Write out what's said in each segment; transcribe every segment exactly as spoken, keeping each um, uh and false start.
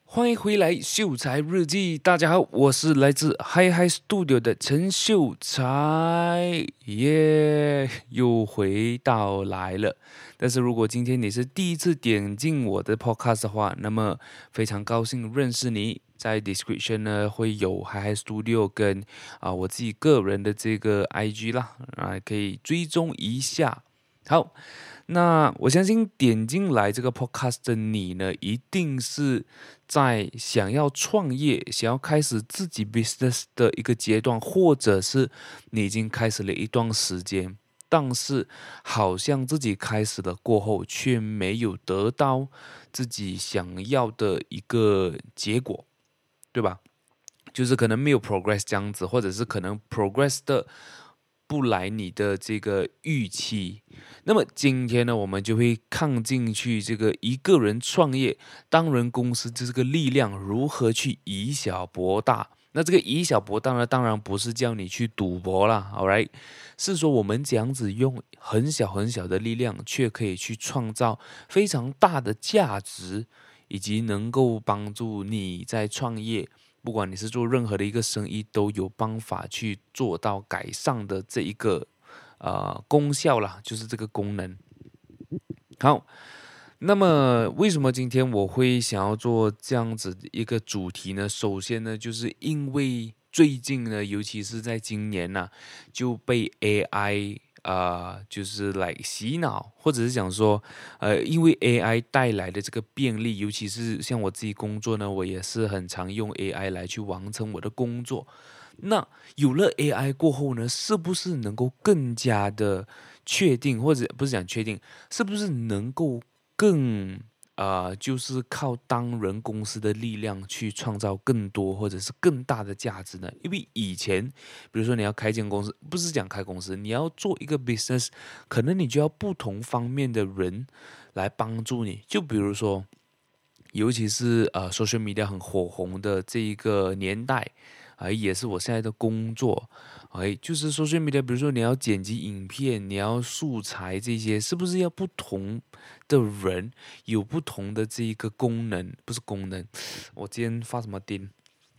欢迎回来，秀才日记。大家好，我是来自 Hi Hi Studio 的陈秀才，耶，又回到来了。但是如果今天你是第一次点进我的 Podcast 的话，那么非常高兴认识你。在 description 呢会有 Hi Hi Studio 跟啊我自己个人的这个 I G 啦，啊可以追踪一下。好，那我相信点进来这个 podcast 的你呢，一定是在想要创业、想要开始自己 business 的一个阶段，或者是你已经开始了一段时间，但是好像自己开始了过后，却没有得到自己想要的一个结果，对吧？就是可能没有 progress 这样子，或者是可能 progress 的不来你的这个预期。那么今天呢，我们就会看进去这个一个人创业、单人公司这个力量如何去以小博大。那这个以小博大呢，当然不是叫你去赌博啦 a l right，是说我们这样子用很小很小的力量，却可以去创造非常大的价值，以及能够帮助你在创业。不管你是做任何的一个生意，都有办法去做到改善的这一个呃功效啦，就是这个功能。好，那么为什么今天我会想要做这样子的一个主题呢？首先呢，就是因为最近呢，尤其是在今年呐、就被 A I 啊、呃就是来洗脑，或者是讲说，呃，因为 A I 带来的这个便利，尤其是像我自己工作呢，我也是很常用 A I 来去完成我的工作。那有了 A I 过后呢，是不是能够更加的确定，或者不是讲确定，是不是能够更啊、呃就是靠当人公司的力量去创造更多或者是更大的价值呢？因为以前，比如说你要开间公司，不是讲开公司，你要做一个 business，可能你就要不同方面的人来帮助你。就比如说，尤其是呃，social media 很火红的这一个年代，啊、也是我现在的工作，哎，就是 social media，比如说你要剪辑影片，你要素材这些，是不是要不同的人有不同的这一个功能？不是功能，我今天发什么癫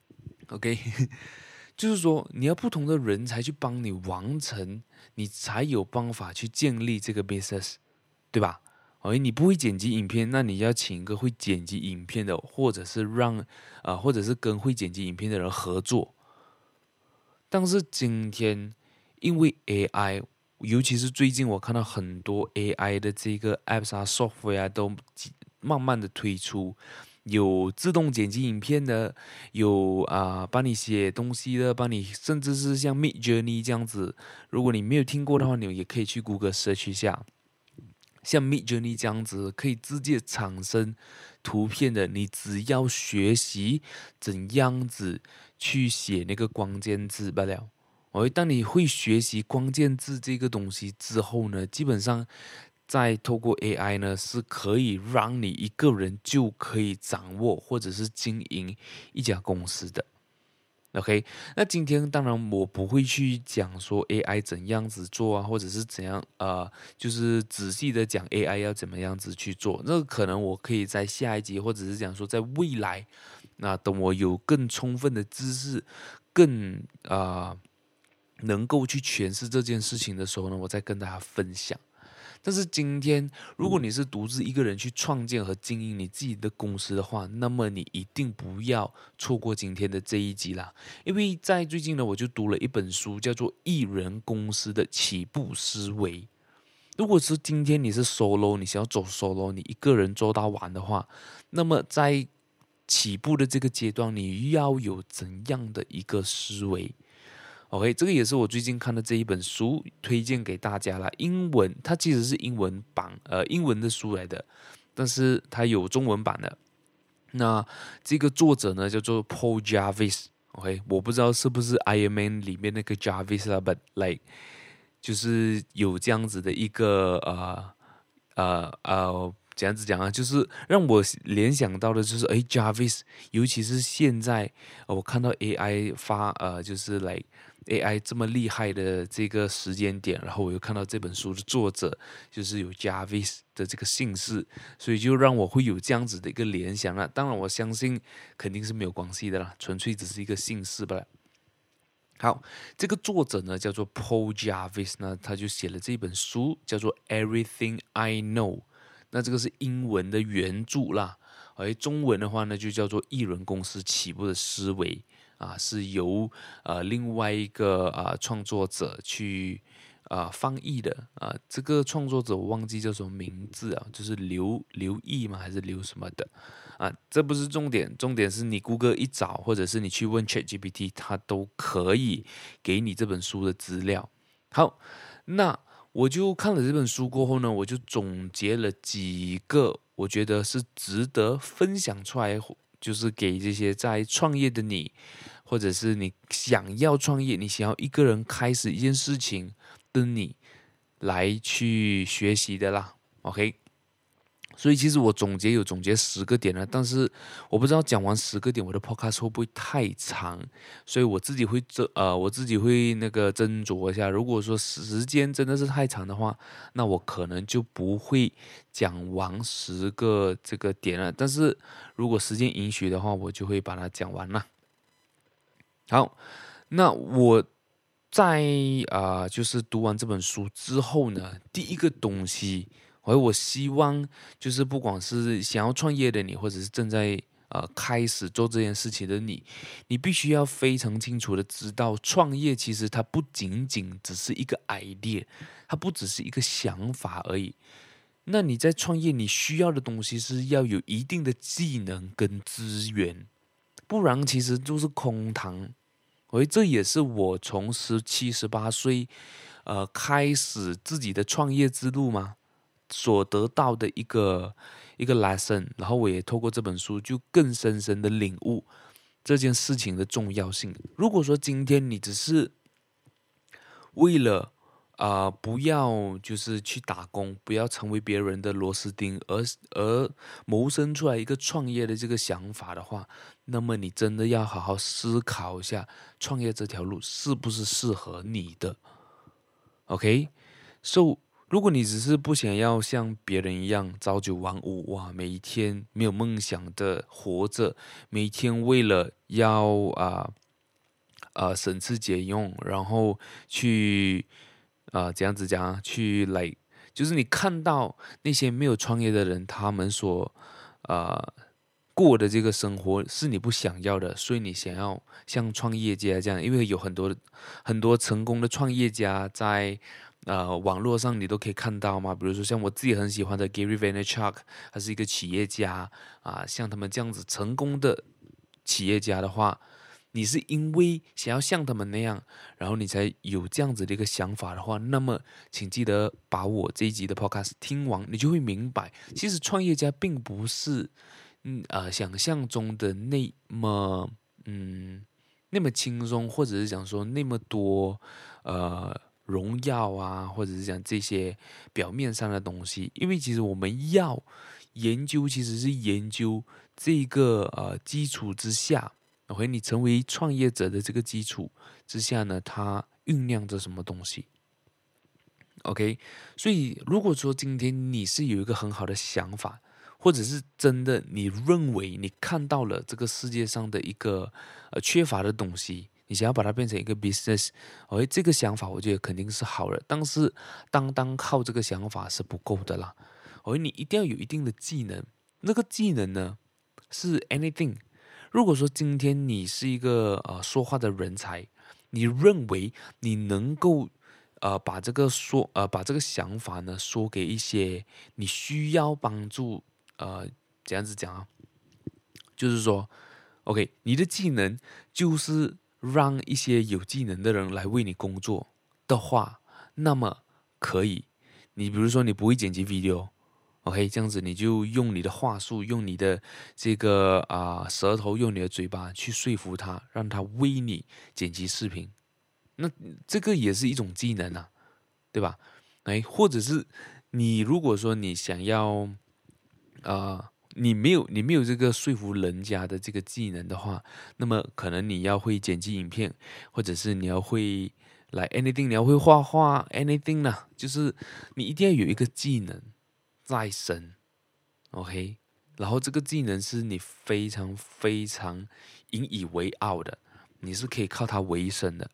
？OK，就是说你要不同的人才去帮你完成，你才有办法去建立这个 business，对吧？哎，你不会剪辑影片，那你要请一个会剪辑影片的，或者是让啊、呃或者是跟会剪辑影片的人合作。但是今天因为 A I，尤其是最近我看到很多 A I 的这个 apps 啊、software 啊，都慢慢的推出，有自动剪辑影片的，有啊、呃帮你写东西的，帮你甚至是像 Mid Journey 这样子。如果你没有听过的话，你也可以去 Google search 一下。像 Mid Journey 这样子可以直接产生图片的，你只要学习怎样子去写那个关键字罢了。哦，当你会学习关键字这个东西之后呢，基本上再透过 A I 呢，是可以让你一个人就可以掌握或者是经营一家公司的。OK，那今天当然我不会去讲说 A I 怎样子做啊，或者是怎样呃，就是仔细的讲 A I 要怎么样子去做。那可能我可以在下一集，或者是讲说在未来，那等我有更充分的知识，更啊、呃能够去诠释这件事情的时候呢，我再跟大家分享。但是今天，如果你是独自一个人去创建和经营你自己的公司的话，那么你一定不要错过今天的这一集啦。因为在最近呢，我就读了一本书，叫做《艺人公司的起步思维》。如果是今天你是 solo，你想要走 solo，你一个人做到完的话，那么在起步的这个阶段，你要有怎样的一个思维？OK，这个也是我最近看的这一本书，推荐给大家啦。英文，它其实是英文版，呃，英文的书来的，但是它有中文版的。那这个作者呢，叫做 Paul Jarvis。OK，我不知道是不是 Iron Man 里面那个 Jarvis 啦，but like 就是有这样子的一个呃呃呃，怎样子讲啊？就是让我联想到的就是，哎，Jarvis，尤其是现在，呃我看到 A I 发呃，就是来 A I 这么厉害的这个时间点，然后我又看到这本书的作者就是有 Jarvis 的这个姓氏，所以就让我会有这样子的一个联想了。当然，我相信肯定是没有关系的啦，纯粹只是一个姓氏罢了。好，这个作者呢叫做 Paul Jarvis 呢，他就写了这本书叫做 Everything I Know。那这个是英文的原著啦，而中文的话呢就叫做艺人公司起步的思维啊，是由呃另外一个啊、呃、创作者去啊、呃、翻译的啊，这个创作者我忘记叫什么名字啊，就是刘刘毅吗还是刘什么的啊？这不是重点，重点是你谷歌一找，或者是你去问 ChatGPT，它都可以给你这本书的资料。好，那我就看了这本书过后呢，我就总结了几个我觉得是值得分享出来，就是给这些在创业的你，或者是你想要创业，你想要一个人开始一件事情的你来去学习的啦。OK。所以其实我总结有总结十个点了，但是我不知道讲完十个点我的 podcast 会不会太长，所以我自己会斟呃我自己会那个斟酌一下。如果说时间真的是太长的话，那我可能就不会讲完十个这个点了。但是如果时间允许的话，我就会把它讲完了。好，那我在啊、呃就是读完这本书之后呢，第一个东西。而我希望就是不管是想要创业的你，或者是正在呃开始做这件事情的你，你必须要非常清楚的知道，创业其实它不仅仅只是一个 idea， 它不只是一个想法而已。那你在创业，你需要的东西是要有一定的技能跟资源，不然其实就是空谈。而这也是我从十七、十八岁呃开始自己的创业之路嘛。所得到的一个一个 lesson，然后我也透过这本书就更深深的领悟这件事情的重要性。如果说今天你只是为了啊、呃、不要就是去打工，不要成为别人的螺丝钉，而而谋生出来一个创业的这个想法的话，那么你真的要好好思考一下，创业这条路是不是适合你的。OK，so。如果你只是不想要像别人一样朝九晚五，哇，每一天没有梦想的活着，每一天为了要啊啊、呃呃、省吃俭用，然后去啊、呃、这样子讲啊，去来，就是你看到那些没有创业的人，他们所啊、呃、过的这个生活是你不想要的，所以你想要像创业家这样，因为有很多很多成功的创业家在。呃，网络上你都可以看到嘛，比如说像我自己很喜欢的 Gary Vaynerchuk，他是一个企业家啊，像他们这样子成功的企业家的话，你是因为想要像他们那样，然后你才有这样子的一个想法的话，那么请记得把我这一集的 podcast 听完，你就会明白，其实创业家并不是嗯呃想象中的那么嗯那么轻松，或者是讲说那么多呃。荣耀啊，或者是讲这些表面上的东西，因为其实我们要研究，其实是研究这个呃基础之下，OK，你成为创业者的这个基础之下呢，它酝酿着什么东西？OK，所以如果说今天你是有一个很好的想法，或者是真的你认为你看到了这个世界上的一个呃缺乏的东西。你想要把它变成一个 business， 而这个想法我觉得肯定是好的，但是单单靠这个想法是不够的啦。而你一定要有一定的技能，那个技能呢是 anything。如果说今天你是一个呃说话的人才，你认为你能够呃把这个说呃把这个想法呢说给一些你需要帮助呃怎样子讲啊？就是说 ，OK， 你的技能就是让一些有技能的人来为你工作的话，那么可以。你比如说你不会剪辑 video，OK， 这样子你就用你的话术，用你的这个啊、呃舌头，用你的嘴巴去说服他，让他为你剪辑视频。那这个也是一种技能啊，对吧？哎，或者是你如果说你想要啊。呃你没有你没有这个说服人家的这个技能的话，那么可能你要会剪辑影片，或者是你要会来 anything，你要会画画 anything 啦，就是你一定要有一个技能在身，OK，然后这个技能是你非常非常引以为傲的，你是可以靠它为生的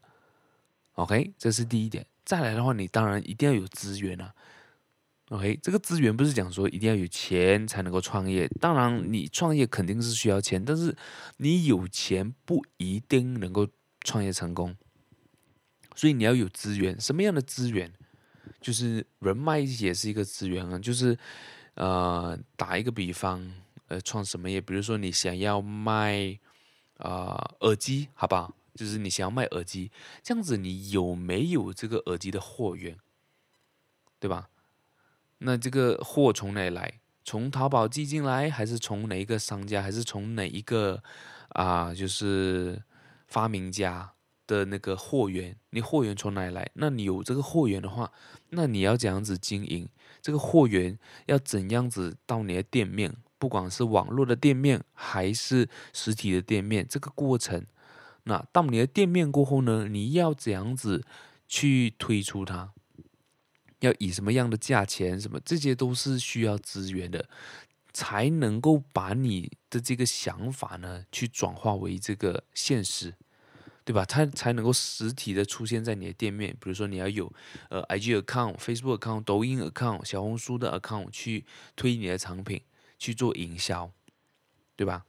，OK，这是第一点。再来的话，你当然一定要有资源啊。OK，这个资源不是讲说一定要有钱才能够创业，当然你创业肯定是需要钱，但是你有钱不一定能够创业成功，所以你要有资源。什么样的资源？就是人脉也是一个资源啊，就是呃，打一个比方，呃，创什么业？比如说你想要卖啊、呃耳机，好不好？就是你想要卖耳机，这样子你有没有这个耳机的货源，对吧？那这个货从哪里来？从淘宝寄进来，还是从哪一个商家，还是从哪一个啊、就是发明家的那个货源？你货源从哪里来？那你有这个货源的话，那你要怎样子经营？这个货源要怎样子到你的店面？不管是网络的店面还是实体的店面，这个过程，那到你的店面过后呢，你要怎样子去推出它？要以什么样的价钱，什么这些都是需要资源的，才能够把你的这个想法呢，去转化为这个现实，对吧？它才能够实体的出现在你的店面。比如说你要有呃 I G account、Facebook account、抖音 account、小红书的 account 去推你的产品，去做营销，对吧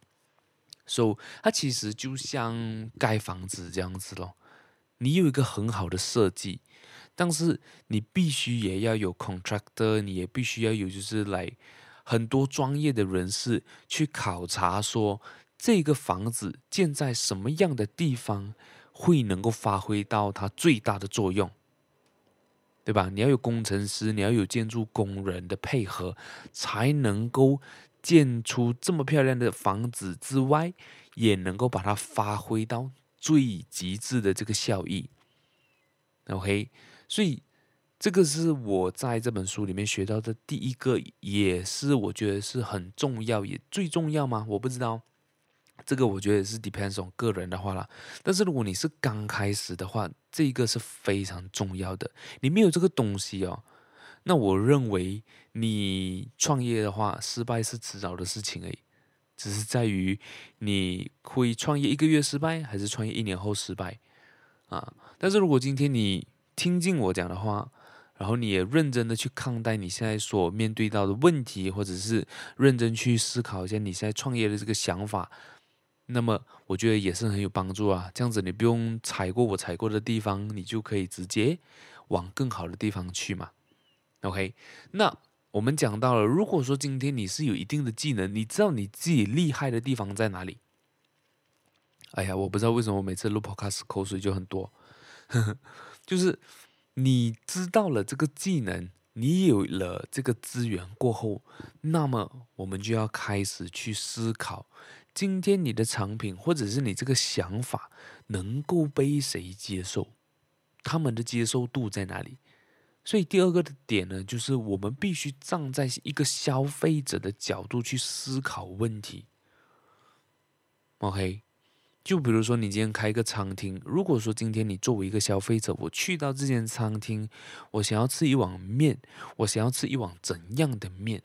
？So 它其实就像盖房子这样子咯，你有一个很好的设计。但是你必须也要有 contractor，你也必须要有就是来很多专业的人士去考察说这个房子建在什么样的地方会能够发挥到它最大的作用，对吧？你要有工程师，你要有建筑工人的配合，才能够建出这么漂亮的房子之外，也能够把它发挥到最极致的这个效益。OK，所以这个是我在这本书里面学到的第一个，也是我觉得是很重要，也最重要吗？我不知道，这个我觉得是 depends on 个人的话啦。但是如果你是刚开始的话，这个是非常重要的。你没有这个东西哦，那我认为你创业的话，失败是迟早的事情而已，只是在于你会创业一个月失败，还是创业一年后失败。啊，但是如果今天你听进我讲的话，然后你也认真的去看待你现在所面对到的问题，或者是认真去思考一下你现在创业的这个想法，那么我觉得也是很有帮助啊。这样子你不用踩过我踩过的地方，你就可以直接往更好的地方去嘛。OK，那我们讲到了，如果说今天你是有一定的技能，你知道你自己厉害的地方在哪里？哎呀，我不知道为什么我每次录 podcast 口水就很多，就是你知道了这个技能，你有了这个资源过后，那么我们就要开始去思考，今天你的产品或者是你这个想法能够被谁接受，他们的接受度在哪里？所以第二个的点呢，就是我们必须站在一个消费者的角度去思考问题。OK，就比如说，你今天开一个餐厅，如果说今天你作为一个消费者，我去到这间餐厅，我想要吃一碗面，我想要吃一碗怎样的面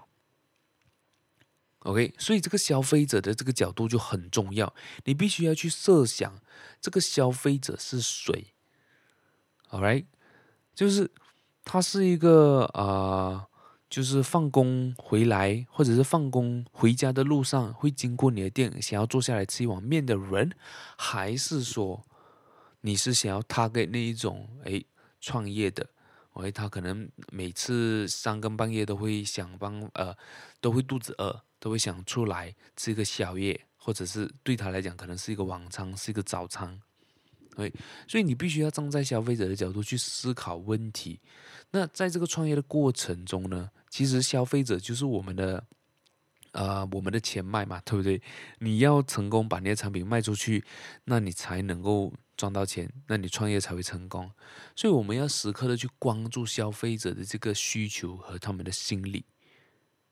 ？OK，所以这个消费者的这个角度就很重要，你必须要去设想这个消费者是谁。All right，就是他是一个呃，就是放工回来，或者是放工回家的路上会经过你的店，想要坐下来吃一碗面的人，还是说你是想要 target 那一种诶创业的？诶，他可能每次三更半夜都会想帮呃，都会肚子饿，都会想出来吃一个宵夜，或者是对他来讲可能是一个晚餐，是一个早餐。对，所以你必须要站在消费者的角度去思考问题。那在这个创业的过程中呢，其实消费者就是我们的，呃，我们的钱脉嘛，对不对？你要成功把你的产品卖出去，那你才能够赚到钱，那你创业才会成功。所以我们要时刻的去关注消费者的这个需求和他们的心理。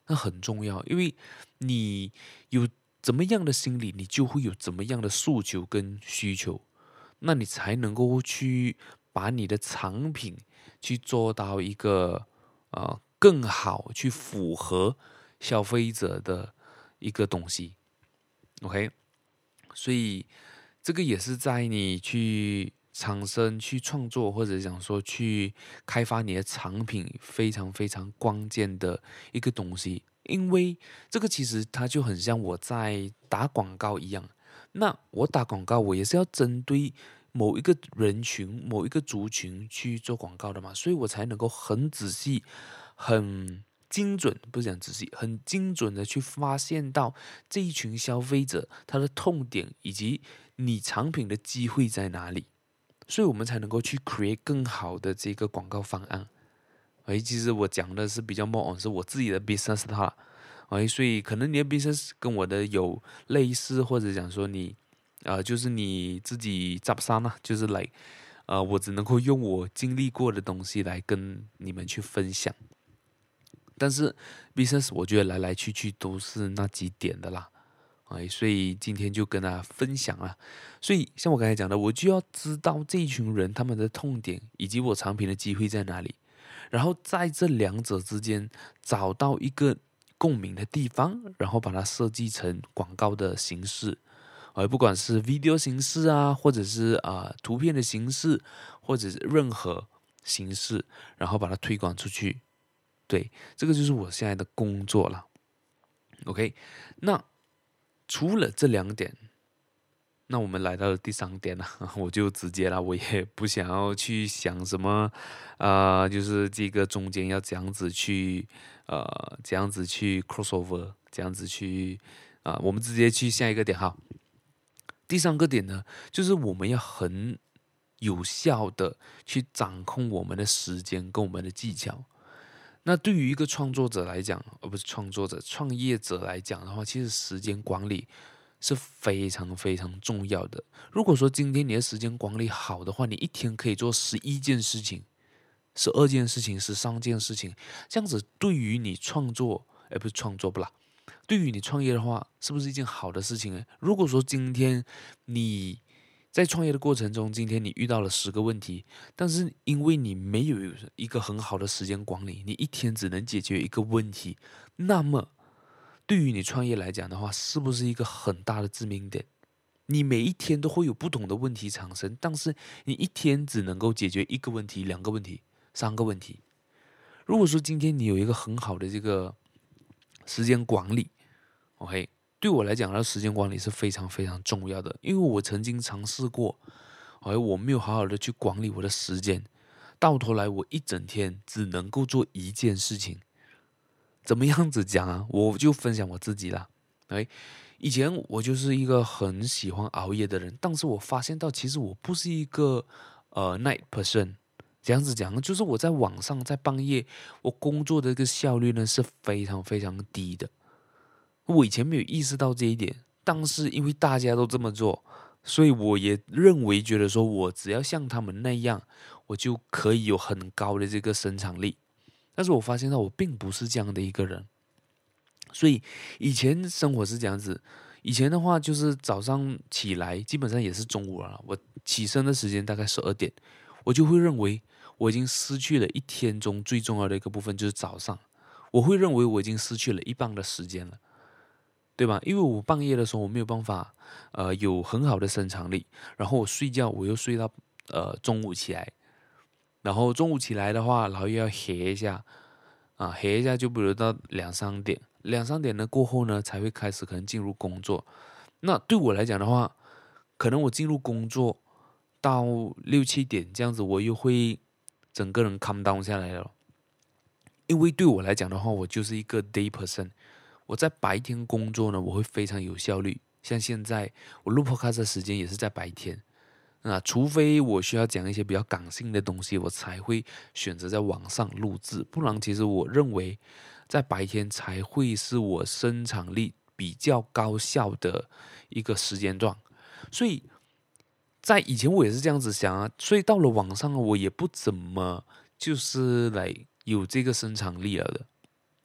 那很重要，因为你有怎么样的心理，你就会有怎么样的诉求跟需求，那你才能够去把你的产品去做到一个呃更好，去符合消费者的一个东西。OK，所以这个也是在你去产生、去创作，或者讲说去开发你的产品非常非常关键的一个东西。因为这个其实它就很像我在打广告一样，那我打广告，我也是要针对某一个人群、某一个族群去做广告的嘛，所以我才能够很仔细、很精准，不是讲仔细，很精准的去发现到这一群消费者他的痛点以及你产品的机会在哪里，所以我们才能够去 create 更好的这个广告方案。哎，其实我讲的是比较 more on 是我自己的 business 它，哎，所以可能你的 business 跟我的有类似，或者讲说你，呃，就是你自己扎不上呢，就是来，呃，我只能够用我经历过的东西来跟你们去分享。但是 business 我觉得来来去去都是那几点的啦，哎，所以今天就跟大家分享了。所以像我刚才讲的，我就要知道这一群人他们的痛点以及我产品的机会在哪里。然后在这两者之间找到一个共鸣的地方，然后把它设计成广告的形式，而不管是 video 形式啊，或者是啊、呃、图片的形式，或者是任何形式，然后把它推广出去。对，这个就是我现在的工作了。OK，那除了这两点，那我们来到了第三点了，我就直接了，我也不想要去想什么，呃，就是这个中间要这样子去，呃，这样子去 crossover，这样子去，啊、呃，我们直接去下一个点哈。第三个点呢，就是我们要很有效的去掌控我们的时间跟我们的技巧。那对于一个创作者来讲，而不是创作者，创业者来讲的话，其实时间管理是非常非常重要的。如果说今天你的时间管理好的话，你一天可以做十一件事情、十二件事情、十三件事情，这样子对于你创作，而不是创作不啦，对于你创业的话，是不是一件好的事情呢？如果说今天你在创业的过程中，今天你遇到了十个问题，但是因为你没有一个很好的时间管理，你一天只能解决一个问题，那么对于你创业来讲的话，是不是一个很大的致命点？你每一天都会有不同的问题产生，但是你一天只能够解决一个问题、两个问题、三个问题。如果说今天你有一个很好的这个时间管理，OK，对我来讲呢，时间管理是非常非常重要的，因为我曾经尝试过，而我没有好好的去管理我的时间，到头来我一整天只能够做一件事情。怎么样子讲啊？我就分享我自己啦。哎，以前我就是一个很喜欢熬夜的人，但是我发现到其实我不是一个呃 night person。这样子讲，就是我在晚上在半夜，我工作的一个效率呢是非常非常低的。我以前没有意识到这一点，但是因为大家都这么做，所以我也认为觉得说我只要像他们那样，我就可以有很高的这个生产力。但是我发现到我并不是这样的一个人，所以以前生活是这样子。以前的话就是早上起来，基本上也是中午了。我起身的时间大概十二点，我就会认为我已经失去了一天中最重要的一个部分，就是早上。我会认为我已经失去了一半的时间了。对吧？因为我半夜的时候我没有办法，呃，有很好的生产力，然后我睡觉我又睡到呃中午起来，然后中午起来的话，然后又要歇一下，啊，歇一下就比如到两三点，两三点呢过后呢才会开始可能进入工作。那对我来讲的话，可能我进入工作到六七点这样子，我又会整个人 calm down 下来了，因为对我来讲的话，我就是一个 day person。我在白天工作呢，我会非常有效率。像现在我录 podcast 的时间也是在白天，那除非我需要讲一些比较感性的东西，我才会选择在网上录制。不然，其实我认为在白天才会是我生产力比较高效的一个时间段。所以在以前我也是这样子想啊，所以到了晚上我也不怎么就是来有这个生产力了的。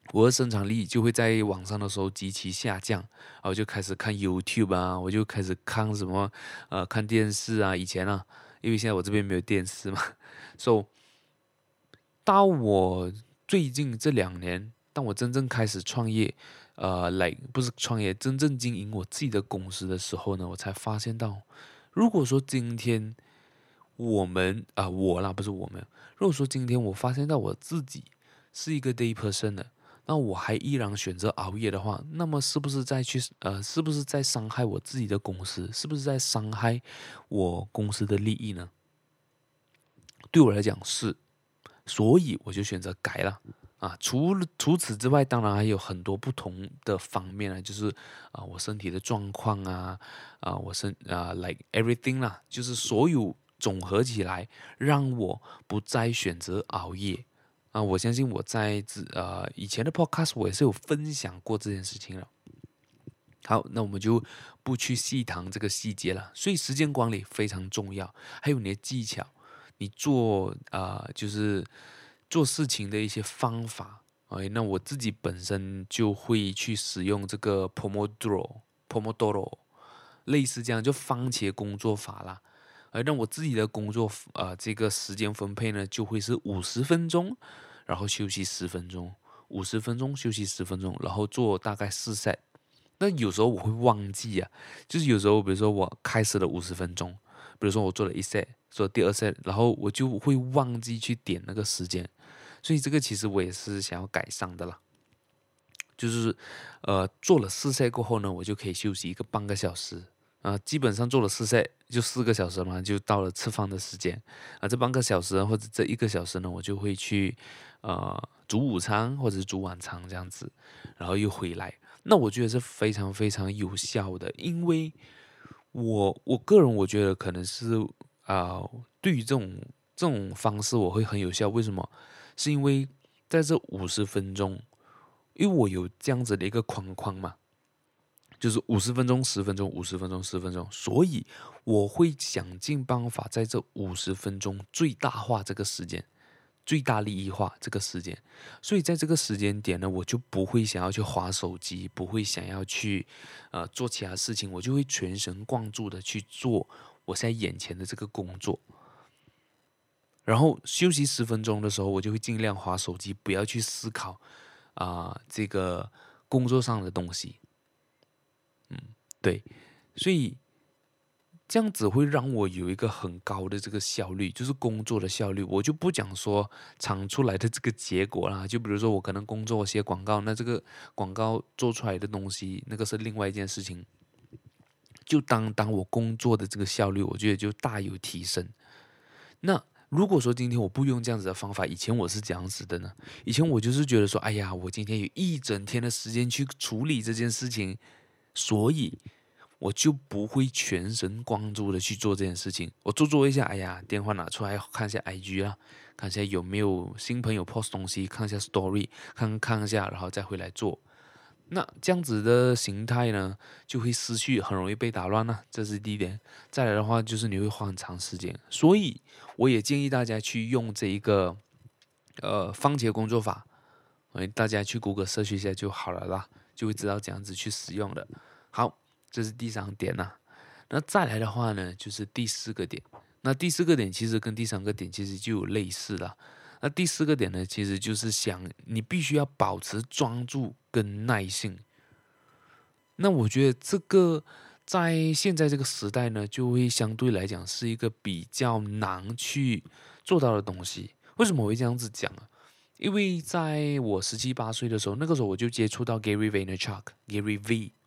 我的生产力就会在网上的时候极其下降，然后就开始看 YouTube 啊，我就开始看什么呃看电视啊，以前啊，因为现在我这边没有电视嘛，so 到我最近这两年，当我真正开始创业，呃，来不是创业，真正经营我自己的公司的时候呢，我才发现到，如果说今天我们啊、呃我啦，不是我们，如果说今天我发现到我自己是一个 day person 的，那我还依然选择熬夜的话，那么是不是在去呃，是不是在伤害我自己的公司？是不是在伤害我公司的利益呢？对我来讲是，所以我就选择改了。啊，除了除此之外，当然还有很多不同的方面啊，就是啊，我身体的状况啊，啊，我身啊，like everything 啦，就是所有总合起来，让我不再选择熬夜啊。我相信我在之呃以前的 podcast 我也是有分享过这件事情了。好，那我们就不去细谈这个细节了。所以时间管理非常重要，还有你的技巧，你做啊、呃就是做事情的一些方法。哎，那我自己本身就会去使用这个 Pomodoro Pomodoro 类似这样就番茄工作法啦。而让我自己的工作呃这个时间分配呢，就会是五十分钟，然后休息十分钟，五十分钟休息十分钟，然后做大概四 set。那有时候我会忘记啊，就是有时候比如说我开始了五十分钟，比如说我做了一 set，做第二 set，然后我就会忘记去点那个时间，所以这个其实我也是想要改善的啦。就是呃做了四 set 过后呢，我就可以休息一个半个小时啊、呃基本上做了四 set 就四个小时嘛，就到了吃饭的时间啊、这半个小时或者这一个小时呢，我就会去呃煮午餐或者是煮晚餐这样子，然后又回来。那我觉得是非常非常有效的，因为我我个人我觉得可能是啊、呃对于这种这种方式我会很有效。为什么？是因为在这五十分钟，因为我有这样子的一个框框嘛，就是五十分钟、十分钟、五十分钟、十分钟，所以我会想尽办法在这五十分钟最大化这个时间。最大利益化这个时间，所以在这个时间点呢，我就不会想要去划手机，不会想要去呃做其他事情，我就会全神贯注的去做我现在眼前的这个工作。然后休息十分钟的时候，我就会尽量划手机，不要去思考啊、呃这个工作上的东西。对，所以这样子会让我有一个很高的这个效率，就是工作的效率。我就不讲说产出来的这个结果啦，就比如说我可能工作写广告，那这个广告做出来的东西，那个是另外一件事情。就当当我工作的这个效率，我觉得就大有提升。那如果说今天我不用这样子的方法，以前我是这样子的呢？以前我就是觉得说，哎呀，我今天有一整天的时间去处理这件事情，所以我就不会全神贯注的去做这件事情。我做做一下，哎呀，电话拿出来看一下 I G 啦，看一下有没有新朋友 post 东西，看一下 story，看看一下，然后再回来做。那这样子的形态呢，就会失去，很容易被打乱了、啊这是第一点。再来的话，就是你会花很长时间，所以我也建议大家去用这一个呃番茄工作法，大家去谷歌 search 一下就好了啦，就会知道怎样子去使用的。好，这是第三点呐、那再来的话呢，就是第四个点。那第四个点其实跟第三个点其实就有类似了。那第四个点呢，其实就是想你必须要保持专注跟耐性。那我觉得这个在现在这个时代呢，就会相对来讲是一个比较难去做到的东西。为什么我会这样子讲啊？因为在我十七八岁的时候，那个时候我就接触到 Gary Vaynerchuk，Gary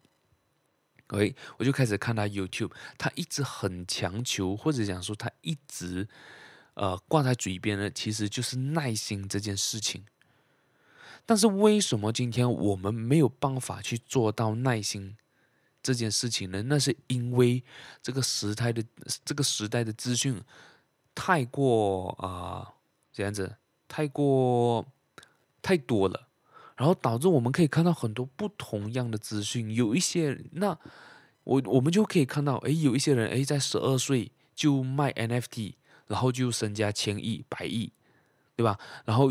V。OK，我就开始看他 YouTube，他一直很强求，或者讲说他一直呃挂在嘴边的，其实就是耐心这件事情。但是为什么今天我们没有办法去做到耐心这件事情呢？那是因为这个时代的这个时代的资讯太过啊、呃这样子，太过太多了。然后导致我们可以看到很多不同样的资讯，有一些那我我们就可以看到，诶，有一些人诶在十二岁就卖 N F T，然后就身家千亿、百亿，对吧？然后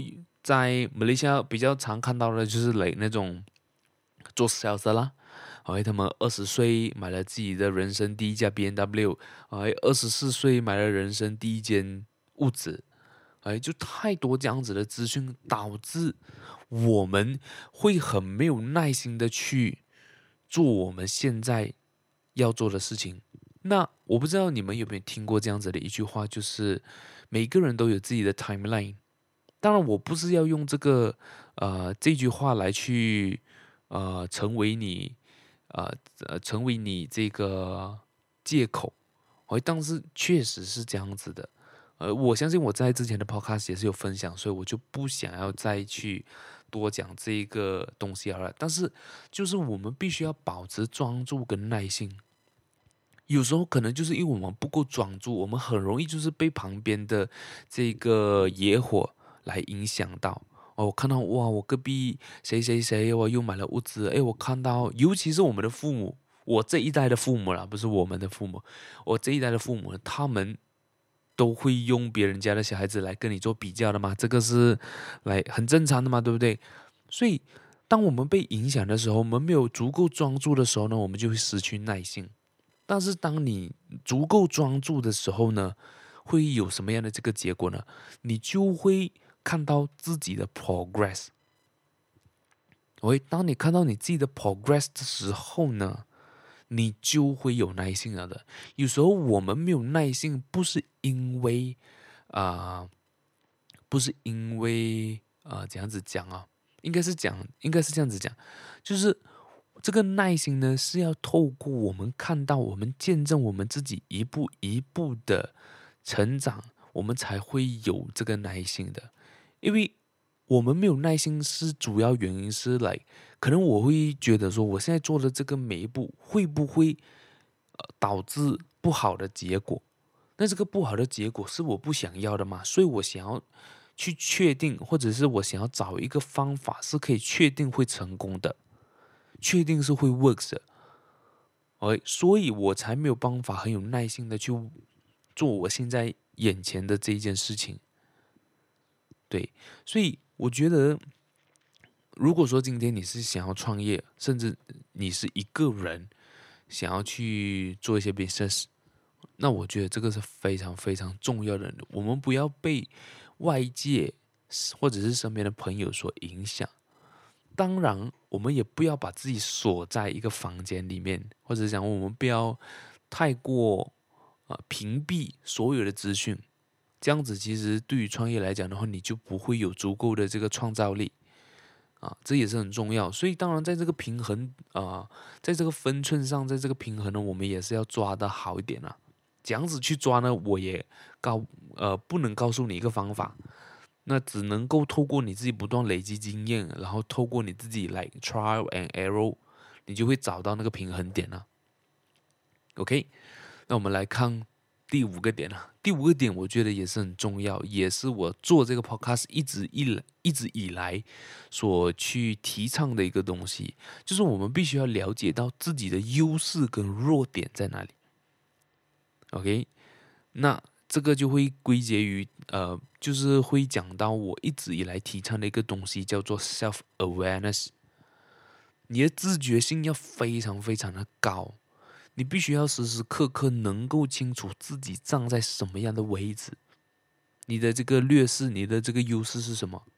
在马来西亚比较常看到的就是来那种做 sales 的啦。哎，他们二十岁买了自己的人生第一架 B M W，哎，二十四岁买了人生第一间屋子，哎，就太多这样子的资讯，导致我们会很没有耐心的去做我们现在要做的事情。那我不知道你们有没有听过这样子的一句话，就是每个人都有自己的 timeline。当然，我不是要用这个呃这句话来去呃成为你呃呃成为你这个借口，哦，但是确实是这样子的。呃，我相信我在之前的 podcast 也是有分享，所以我就不想要再去多讲这一个东西好了。但是，就是我们必须要保持专注跟耐心。有时候可能就是因为我们不够专注，我们很容易就是被旁边的这个野火来影响到。哦，我看到哇，我隔壁谁谁谁，我又买了屋子。诶，我看到，尤其是我们的父母，我这一代的父母啦，不是我们的父母，我这一代的父母，他们都会用别人家的小孩子来跟你做比较的嘛，这个是来很正常的嘛，对不对？所以，当我们被影响的时候，我们没有足够专注的时候呢，我们就会失去耐心。但是当你足够专注的时候呢，会有什么样的这个结果呢？你就会看到自己的 progress。喂，当你看到你自己的 progress 的时候呢，你就会有耐心了的。有时候我们没有耐心，不是因为啊、呃不是因为啊、呃，怎样子讲啊？应该是讲，应该是这样子讲，就是这个耐心呢，是要透过我们看到、我们见证我们自己一步一步的成长，我们才会有这个耐心的。因为我们没有耐心，是主要原因是来，可能我会觉得说，我现在做的这个每一步会不会呃导致不好的结果？那这个不好的结果是我不想要的嘛？所以我想要去确定，或者是我想要找一个方法是可以确定会成功的，确定是会 work 的。哎，所以我才没有办法很有耐心的去做我现在眼前的这一件事情。对，所以我觉得，如果说今天你是想要创业，甚至你是一个人想要去做一些 business，那我觉得这个是非常非常重要的。我们不要被外界或者是身边的朋友所影响。当然，我们也不要把自己锁在一个房间里面，或者讲我们不要太过呃屏蔽所有的资讯。这样子其实对于创业来讲的话，你就不会有足够的这个创造力啊，这也是很重要。所以当然，在这个平衡啊，在这个分寸上，在这个平衡呢，我们也是要抓得好一点啊。这样子去抓呢，我也告呃不能告诉你一个方法，那只能够透过你自己不断累积经验，然后透过你自己来 trial and error，你就会找到那个平衡点了。OK，那我们来看第五个点啊，第五个点我觉得也是很重要，也是我做这个 podcast 一直以来一直以来所去提倡的一个东西，就是我们必须要了解到自己的优势跟弱点在哪里。OK，那这个就会归结于呃，就是会讲到我一直以来提倡的一个东西，叫做 self awareness。你的自觉性要非常非常的高。你必须要时时刻刻能够清楚自己站在什么样的位置，你的这个劣势，你的这个优势是什么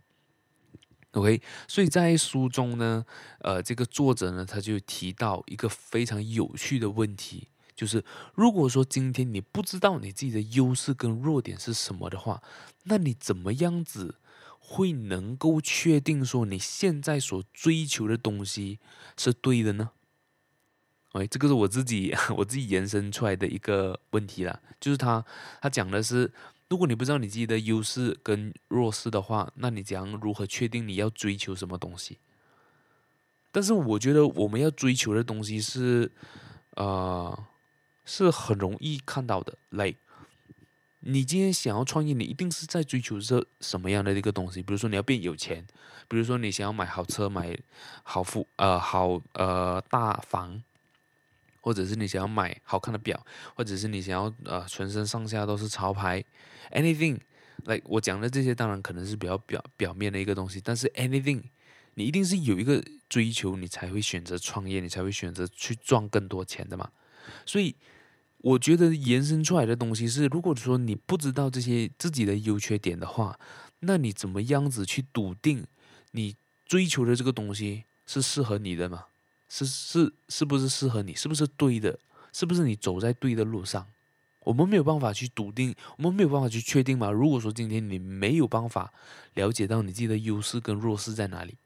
？OK，所以在书中呢，呃，这个作者呢，他就提到一个非常有趣的问题，就是如果说今天你不知道你自己的优势跟弱点是什么的话，那你怎么样子会能够确定说你现在所追求的东西是对的呢？哎，这个是我自己我自己延伸出来的一个问题啦，就是他他讲的是，如果你不知道你自己的优势跟弱势的话，那你将如何确定你要追求什么东西？但是我觉得我们要追求的东西是，呃，是很容易看到的。like 你今天想要创业，你一定是在追求这什么样的一个东西？比如说你要变有钱，比如说你想要买好车、买好富呃好呃大房。或者是你想要买好看的表，或者是你想要呃全身上下都是潮牌，anything 来，我讲的这些当然可能是比较表表面的一个东西，但是 anything，你一定是有一个追求，你才会选择创业，你才会选择去赚更多钱的嘛。所以我觉得延伸出来的东西是，如果说你不知道这些自己的优缺点的话，那你怎么样子去笃定你追求的这个东西是适合你的吗？是是是不是适合你？是不是对的？是不是你走在对的路上？我们没有办法去笃定，我们没有办法去确定嘛。如果说今天你没有办法了解到你自己的优势跟弱势在哪里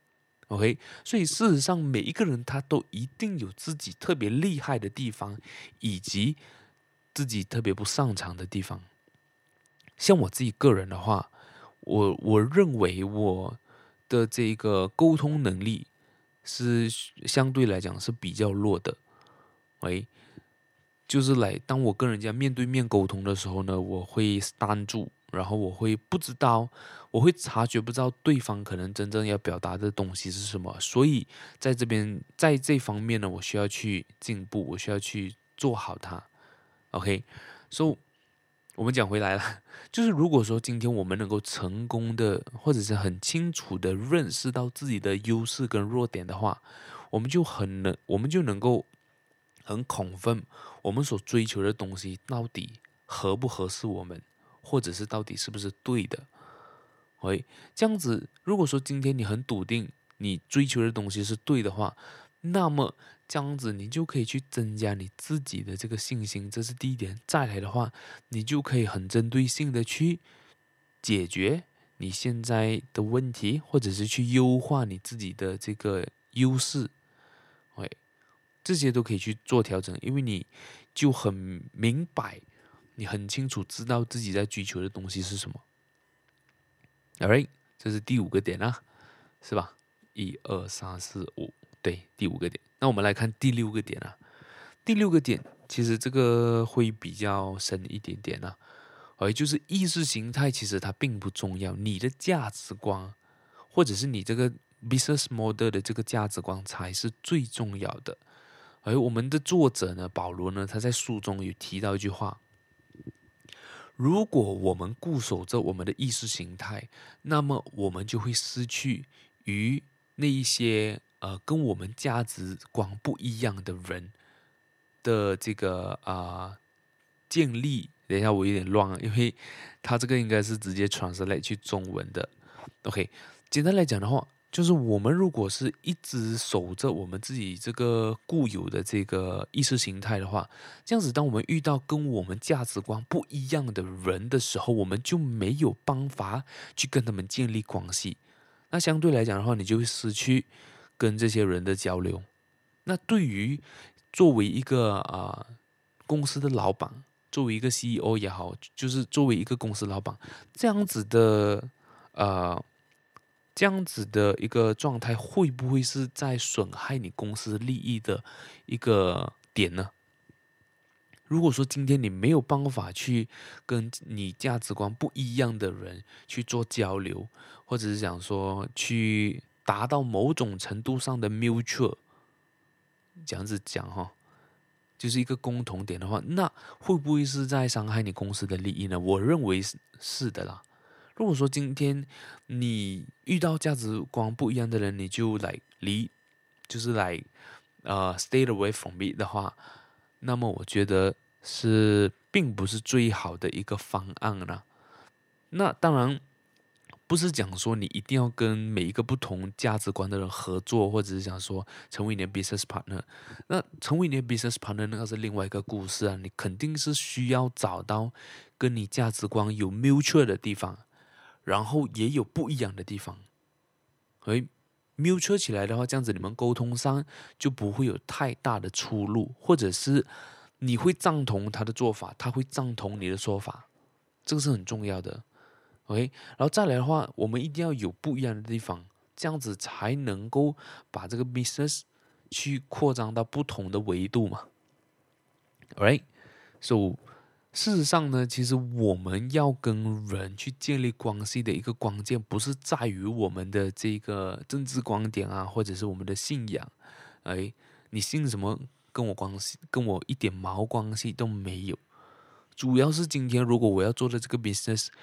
，OK，所以事实上每一个人他都一定有自己特别厉害的地方，以及自己特别不擅长的地方。像我自己个人的话，我我认为我的这个沟通能力是相对来讲是比较弱的，喂，就是来当我跟人家面对面沟通的时候呢，我会stand住，然后我会不知道，我会察觉不到对方可能真正要表达的东西是什么，所以在这边在这方面呢，我需要去进步，我需要去做好它。OK，so 我们讲回来了，就是如果说今天我们能够成功的，或者是很清楚的认识到自己的优势跟弱点的话，我们就很能，我们就能够很 confirm 我们所追求的东西到底合不合适我们，或者是到底是不是对的。喂，这样子，如果说今天你很笃定你追求的东西是对的话，那么这样子你就可以去增加你自己的这个信心，这是第一点。再来的话，你就可以很针对性的去解决你现在的问题，或者是去优化你自己的这个优势。喂，这些都可以去做调整，因为你就很明白，你很清楚知道自己在追求的东西是什么。Alright，这是第五个点啊，是吧？一二三四五，对，第五个点。那我们来看第六个点啊。第六个点，其实这个会比较深一点点啊。哎，就是意识形态，其实它并不重要，你的价值观，或者是你这个 business model 的这个价值观才是最重要的。而我们的作者呢，保罗呢，他在书中有提到一句话。如果我们固守着我们的意识形态，那么我们就会失去与那一些呃跟我们价值观不一样的人的这个啊、呃、建立。等一下，我有点乱了，因为他这个应该是直接 translate 去中文的。OK，简单来讲的话，就是我们如果是一直守着我们自己这个固有的这个意识形态的话，这样子，当我们遇到跟我们价值观不一样的人的时候，我们就没有办法去跟他们建立关系。那相对来讲的话，你就会失去跟这些人的交流。那对于作为一个啊、呃、公司的老板，作为一个 C E O 也好，就是作为一个公司老板，这样子的呃。这样子的一个状态，会不会是在损害你公司利益的一个点呢？如果说今天你没有办法去跟你价值观不一样的人去做交流，或者是讲说去达到某种程度上的 mutual，这样子讲哈，就是一个共同点的话，那会不会是在伤害你公司的利益呢？我认为是是的啦。如果说今天你遇到价值观不一样的人，你就来离，就是来呃 stay away from it 的话，那么我觉得是并不是最好的一个方案啦。那当然不是讲说你一定要跟每一个不同价值观的人合作，或者是讲说成为你的 business partner。那成为你的 business partner 那个是另外一个故事啊，你肯定是需要找到跟你价值观有 mutual 的地方。然后也有不一样的地方，而 mutual 起来的话，这样子你们沟通上就不会有太大的出入，或者是你会赞同他的做法，他会赞同你的说法，这个是很重要的。OK，然后再来的话，我们一定要有不一样的地方，这样子才能够把这个 business 去扩张到不同的维度嘛。Alright，so 事实上呢，其实我们要跟人去建立关系的一个关键，不是在于我们的这个政治观点啊，或者是我们的信仰。哎，你信什么跟我关系，跟我一点毛关系都没有。主要是今天如果我要做的这个 business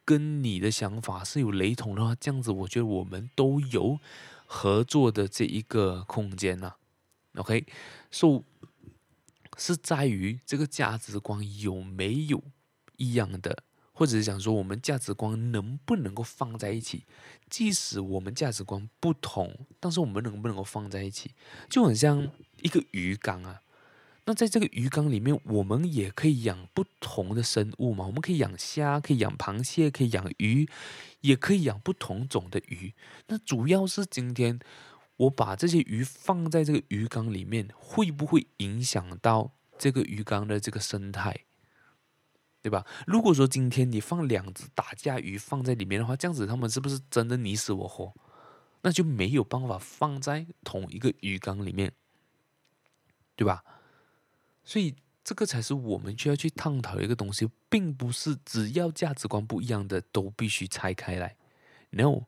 跟你的想法是有雷同的话，这样子我觉得我们都有合作的这一个空间呐、啊。OK，so 是在于这个价值观有没有一样的，或者是讲说我们价值观能不能够放在一起。即使我们价值观不同，但是我们能不能够放在一起，就很像一个鱼缸啊。那在这个鱼缸里面，我们也可以养不同的生物嘛。我们可以养虾，可以养螃蟹，可以养鱼，也可以养不同种的鱼。那主要是今天我把这些鱼放在这个鱼缸里面，会不会影响到这个鱼缸的这个生态，对吧？如果说今天你放两只打架鱼放在里面的话，这样子它们是不是真的你死我活？那就没有办法放在同一个鱼缸里面，对吧？所以这个才是我们需要去探讨的一个东西，并不是只要价值观不一样的都必须拆开来。No，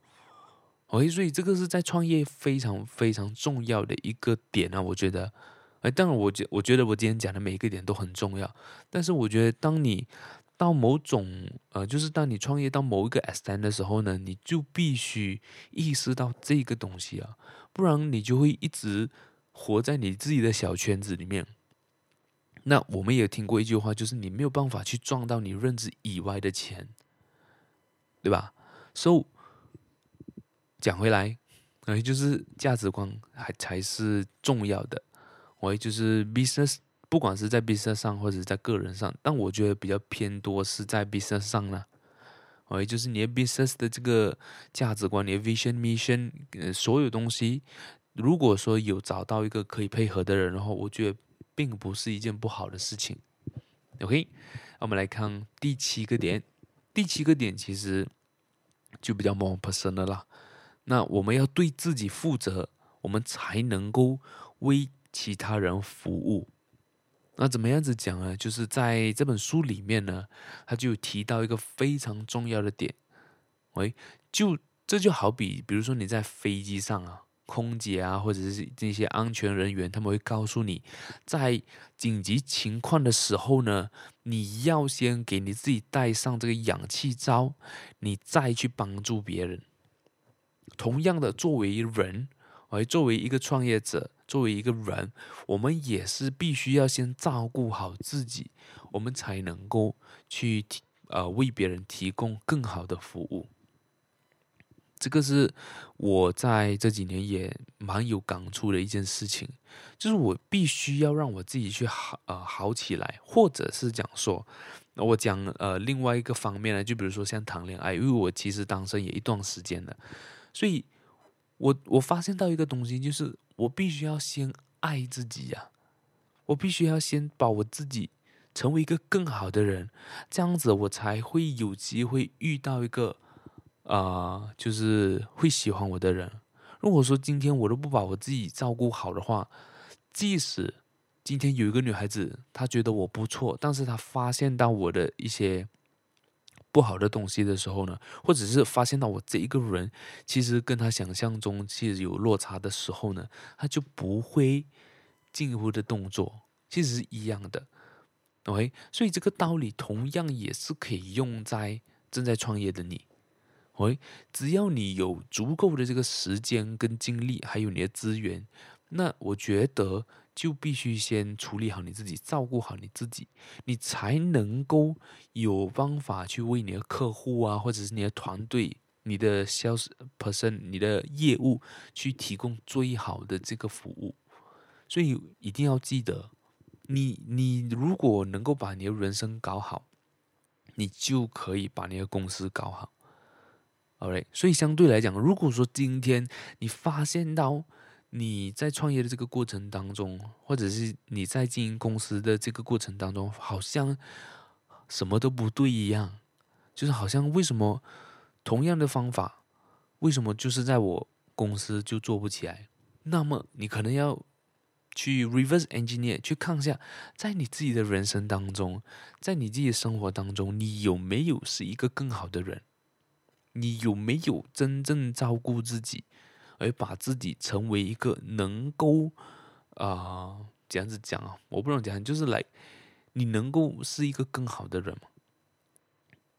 OK，所以这个是在创业非常非常重要的一个点啊，我觉得。哎，当然我觉我觉得我今天讲的每一个点都很重要，但是我觉得当你到某种呃，就是当你创业到某一个 extent 的时候呢，你就必须意识到这个东西啊，不然你就会一直活在你自己的小圈子里面。那我们也听过一句话，就是你没有办法去赚到你认知以外的钱，对吧？So 讲回来，哎，就是价值观还才是重要的。我就是 business，不管是在 business 上或者是在个人上，但我觉得比较偏多是在 business 上呢。哦，就是你的 business 的这个价值观，你的 vision mission，呃，所有东西，如果说有找到一个可以配合的人的话，我觉得并不是一件不好的事情。OK，我们来看第七个点。第七个点其实就比较 more personal 啦。那我们要对自己负责，我们才能够为其他人服务。那怎么样子讲呢？就是在这本书里面呢，他就有提到一个非常重要的点。喂，就这就好比，比如说你在飞机上啊，空姐啊，或者是这些安全人员，他们会告诉你，在紧急情况的时候呢，你要先给你自己戴上这个氧气罩，你再去帮助别人。同样的，作为人，而作为一个创业者，作为一个人，我们也是必须要先照顾好自己，我们才能够去提呃为别人提供更好的服务。这个是我在这几年也蛮有感触的一件事情，就是我必须要让我自己去好呃好起来，或者是讲说，我讲呃另外一个方面呢，就比如说像谈恋爱，因为我其实单身也一段时间了，所以我我发现到一个东西，就是我必须要先爱自己呀、我必须要先把我自己成为一个更好的人，这样子我才会有机会遇到一个啊、呃就是会喜欢我的人。如果说今天我都不把我自己照顾好的话，即使今天有一个女孩子，她觉得我不错，但是她发现到我的一些不好的东西的时候呢，或者是发现到我这一个人其实跟她想象中其实有落差的时候呢，她就不会进一步的动作，其实是一样的。OK，所以这个道理同样也是可以用在正在创业的你。喂，只要你有足够的这个时间跟精力，还有你的资源，那我觉得就必须先处理好你自己，照顾好你自己，你才能够有方法去为你的客户啊，或者是你的团队、你的 sales person、你的业务去提供最好的这个服务。所以一定要记得，你你如果能够把你的人生搞好，你就可以把你的公司搞好。Alright，所以相对来讲，如果说今天你发现到你在创业的这个过程当中，或者是你在经营公司的这个过程当中，好像什么都不对一样，就是好像为什么同样的方法，为什么就是在我公司就做不起来？那么你可能要去 reverse engineer 去看一下，在你自己的人生当中，在你自己的生活当中，你有没有是一个更好的人？你有没有真正照顾自己，而把自己成为一个能够啊、呃、这样子讲啊，我不能讲，就是来你能够是一个更好的人吗？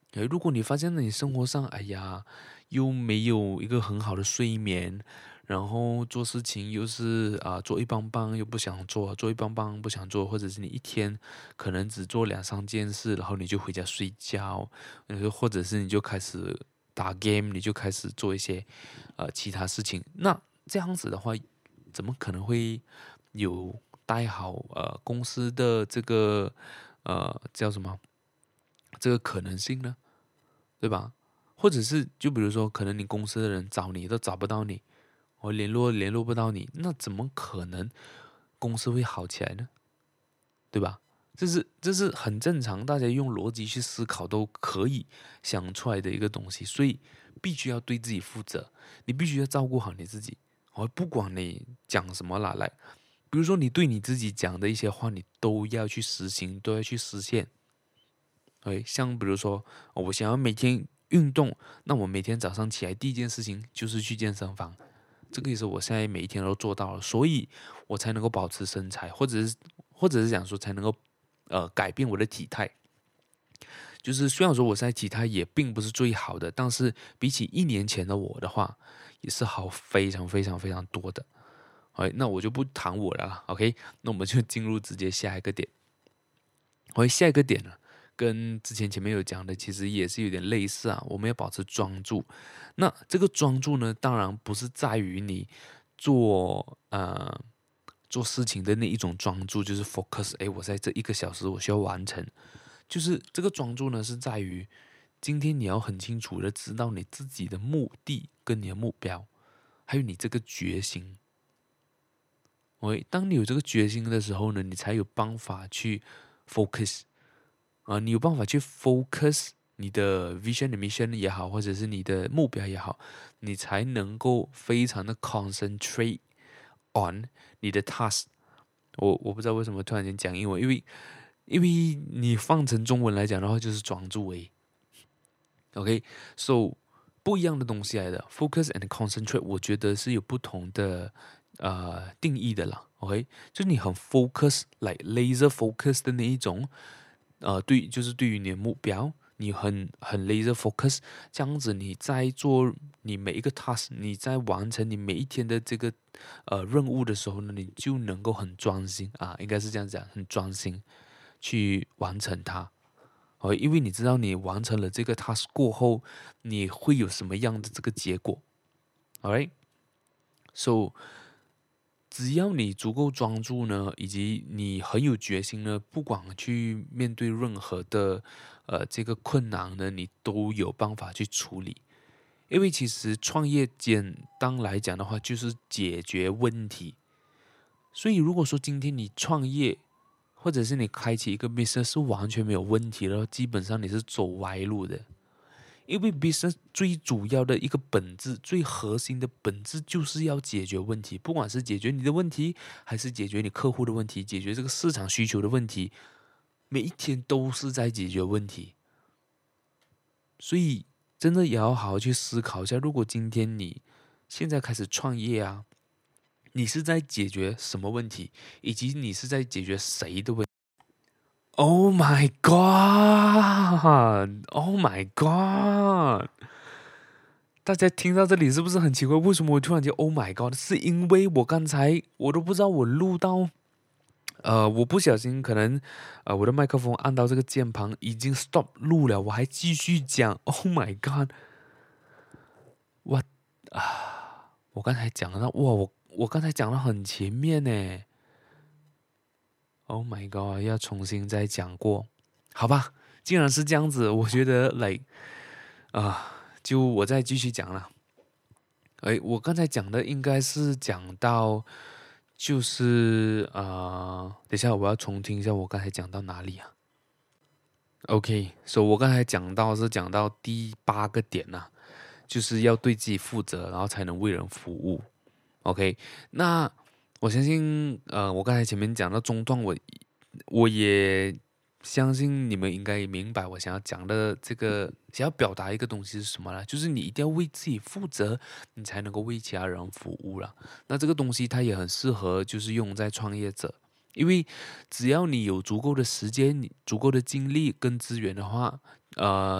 诶，如果你发现你生活上，哎呀，又没有一个很好的睡眠，然后做事情又是啊、做一帮帮又不想做，做一帮帮不想做，或者是你一天可能只做两三件事，然后你就回家睡觉，呃，或者是你就开始打 game，你就开始做一些呃其他事情，那这样子的话，怎么可能会有带好呃公司的这个呃叫什么这个可能性呢？对吧？或者是就比如说，可能你公司的人找你都找不到你，我联络联络不到你，那怎么可能公司会好起来呢？对吧？这是这是很正常，大家用逻辑去思考都可以想出来的一个东西，所以必须要对自己负责，你必须要照顾好你自己。哦，不管你讲什么啦，来，比如说你对你自己讲的一些话，你都要去实行，都要去实现。哎，像比如说，哦我想要每天运动，那我每天早上起来第一件事情就是去健身房，这个也是我现在每一天都做到了，所以我才能够保持身材，或者是或者是讲说才能够呃改变我的体态。就是虽然说我现在体态也并不是最好的，但是比起一年前的我的话，也是好非常非常非常多的。哎，那我就不谈我了啦，OK，那我们就进入直接下一个点。OK，下一个点呢，跟之前前面有讲的其实也是有点类似啊，我们要保持专注。那这个专注呢，当然不是在于你做呃做事情的那一种专注，就是 focus，哎，我在这一个小时我需要完成，就是这个专注呢是在于今天你要很清楚的知道你自己的目的跟你的目标，还有你这个决心。喂，当你有这个决心的时候呢，你才有办法去 focus 啊，你有办法去 focus 你的 vision 的 mission 也好，或者是你的目标也好，你才能够非常的 concentrate on 你的 task。我我不知道为什么突然间讲英文，因为因为你放成中文来讲的话，就是专注诶。OK，so、不一样的东西来的，focus and concentrate，我觉得是有不同的呃定义的啦。OK，就是你很 focus，like laser focus 的那一种，呃，对，就是对于你的目标，你很很 laser focus，这样子你在做你每一个 task，你在完成你每一天的这个呃任务的时候呢，你就能够很专心啊，应该是这样讲，很专心去完成它。哦，因为你知道你完成了这个 task 过后，你会有什么样的这个结果？Alright，so 只要你足够专注呢，以及你很有决心呢，不管去面对任何的呃这个困难呢，你都有办法去处理。因为其实创业简单来讲的话，就是解决问题。所以如果说今天你创业，或者是你开启一个 business 是完全没有问题的，基本上你是走歪路的。因为 business 最主要的一个本质、最核心的本质就是要解决问题，不管是解决你的问题，还是解决你客户的问题，解决这个市场需求的问题，每一天都是在解决问题。所以真的也要好好去思考一下，如果今天你现在开始创业啊，你是在解决什么问题，以及你是在解决谁的问题？Oh my god! Oh my god! 大家听到这里是不是很奇怪？为什么我突然间 Oh my god？是因为我刚才我都不知道我录到，呃，我不小心可能呃我的麦克风按到这个键盘已经 stop 录了，我还继续讲 Oh my god！我啊，我刚才讲到哇，我我刚才讲到很前面呢。Oh my god！要重新再讲过，好吧？既然是这样子，我觉得 like 啊、就我再继续讲了。哎，我刚才讲的应该是讲到，就是啊、呃等一下我要重听一下我刚才讲到哪里啊？OK，所、so、以我刚才讲到是讲到第八个点呐、啊，就是要对自己负责，然后才能为人服务。OK，那我相信，呃，我刚才前面讲到中段我，我也相信你们应该也明白我想要讲的这个，想要表达一个东西是什么了，就是你一定要为自己负责，你才能够为其他人服务了。那这个东西它也很适合，就是用在创业者，因为只要你有足够的时间、足够的精力跟资源的话，呃。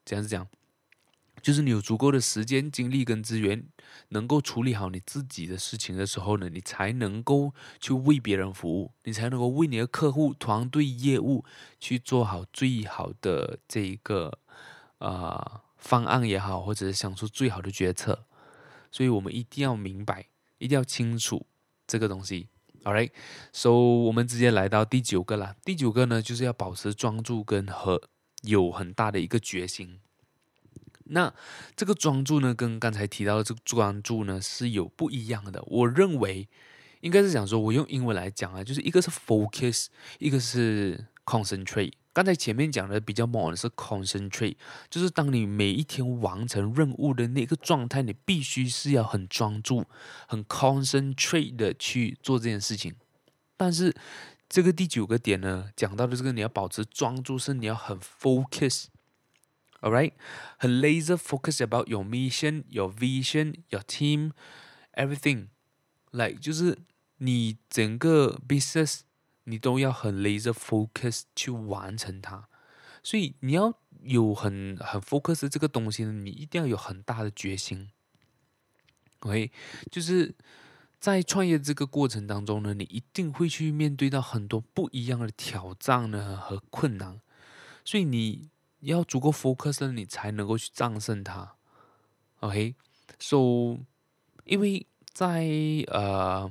这样是讲，就是你有足够的时间、精力跟资源，能够处理好你自己的事情的时候呢，你才能够去为别人服务，你才能够为你的客户、团队、业务去做好最好的这一个呃方案也好，或者是想出最好的决策。所以我们一定要明白，一定要清楚这个东西。All right，so 我们直接来到第九个啦。第九个呢，就是要保持专注跟和有很大的一个决心。那这个专注呢，跟刚才提到的这个专注呢是有不一样的。我认为应该是讲说，我用英文来讲啊，就是一个是 focus，一个是 concentrate。刚才前面讲的比较猛的是 concentrate， 就是当你每一天完成任务的那个状态，你必须是要很专注、很 concentrate 的去做这件事情。但是这个第九个点呢，讲到的这个你要保持专注，是你要很 focus。All right， 很 laser focus about your mission, your vision, your team, everything. Like 就是你整个 business 你都要很 laser focus 去完成它，所以你要有很很 focus 的这个东西呢，你一定要有很大的决心。OK， 就是在创业这个过程当中呢，你一定会去面对到很多不一样的挑战呢和困难，所以你要足够 focus 呢，你才能够去战胜它。OK，so 因为在呃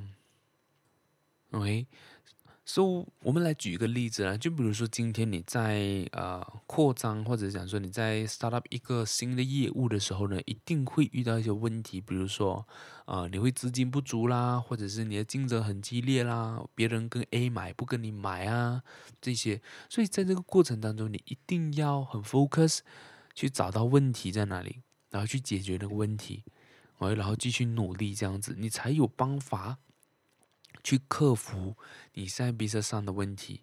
，OK，so 我们来举一个例子啦，就比如说今天你在呃扩张，或者讲说你在 start up 一个新的业务的时候呢，一定会遇到一些问题，比如说呃你会资金不足啦，或者是你的竞争很激烈啦，别人跟 A 买不跟你买啊这些，所以在这个过程当中，你一定要很 focus 去找到问题在哪里，然后去解决那个问题，然后继续努力，这样子你才有办法去克服你在 business 上的问题。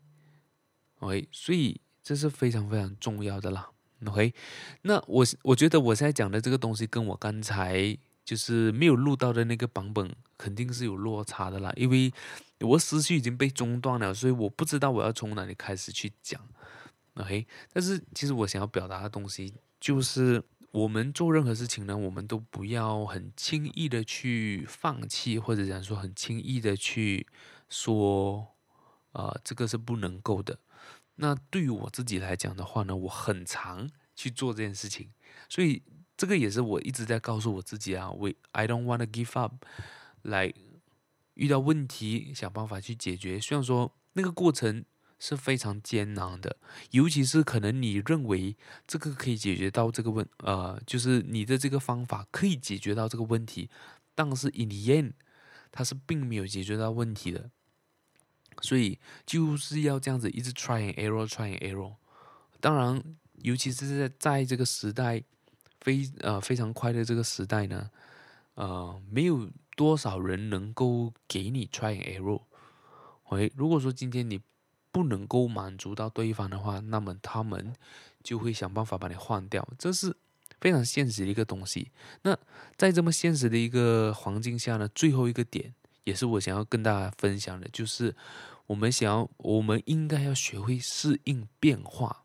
OK， 所以这是非常非常重要的啦。 OK， 那我我觉得我现在讲的这个东西跟我刚才就是没有录到的那个版本肯定是有落差的啦，因为我思绪已经被中断了，所以我不知道我要从哪里开始去讲。 OK， 但是其实我想要表达的东西就是我们做任何事情呢，我们都不要很轻易的去放弃，或者讲说很轻易的去说呃这个是不能够的。那对于我自己来讲的话呢，我很常去做这件事情，所以这个也是我一直在告诉我自己啊，我 I don't want to give up， 来遇到问题想办法去解决。虽然说那个过程是非常艰难的，尤其是可能你认为这个可以解决到这个问呃，就是你的这个方法可以解决到这个问题，但是 in the end 它是并没有解决到问题的。所以就是要这样子一直 try and error try and error。 当然尤其是在在这个时代非呃非常快的这个时代呢，呃没有多少人能够给你 try and error。OK， 如果说今天你不能够满足到对方的话，那么他们就会想办法把你换掉，这是非常现实的一个东西。那在这么现实的一个环境下呢，最后一个点也是我想要跟大家分享的，就是我们想要我们应该要学会适应变化。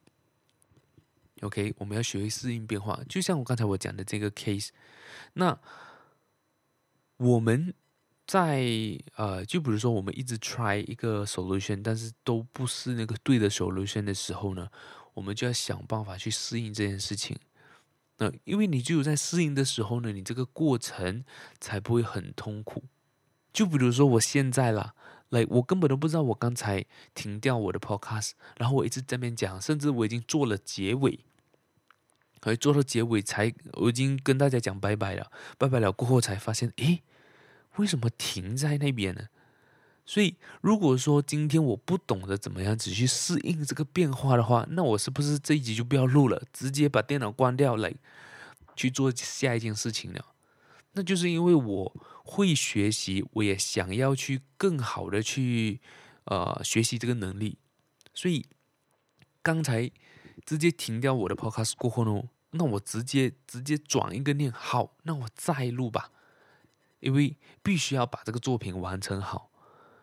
OK， 我们要学会适应变化，就像我刚才我讲的这个 case， 那我们在呃，就比如说我们一直 try 一个 solution， 但是都不是那个对的 solution 的时候呢，我们就要想办法去适应这件事情。那因为你只有在适应的时候呢，你这个过程才不会很痛苦。就比如说我现在啦，来，我根本都不知道我刚才停掉我的 podcast， 然后我一直在那边讲，甚至我已经做了结尾，而做到结尾才我已经跟大家讲拜拜了，拜拜了过后才发现，诶，为什么停在那边呢？所以如果说今天我不懂得怎么样子去适应这个变化的话，那我是不是这一集就不要录了，直接把电脑关掉来去做下一件事情了？那就是因为我会学习，我也想要去更好的去呃学习这个能力，所以刚才直接停掉我的 podcast 过后呢，那我直接直接转一个念，好，那我再录吧，因为必须要把这个作品完成好。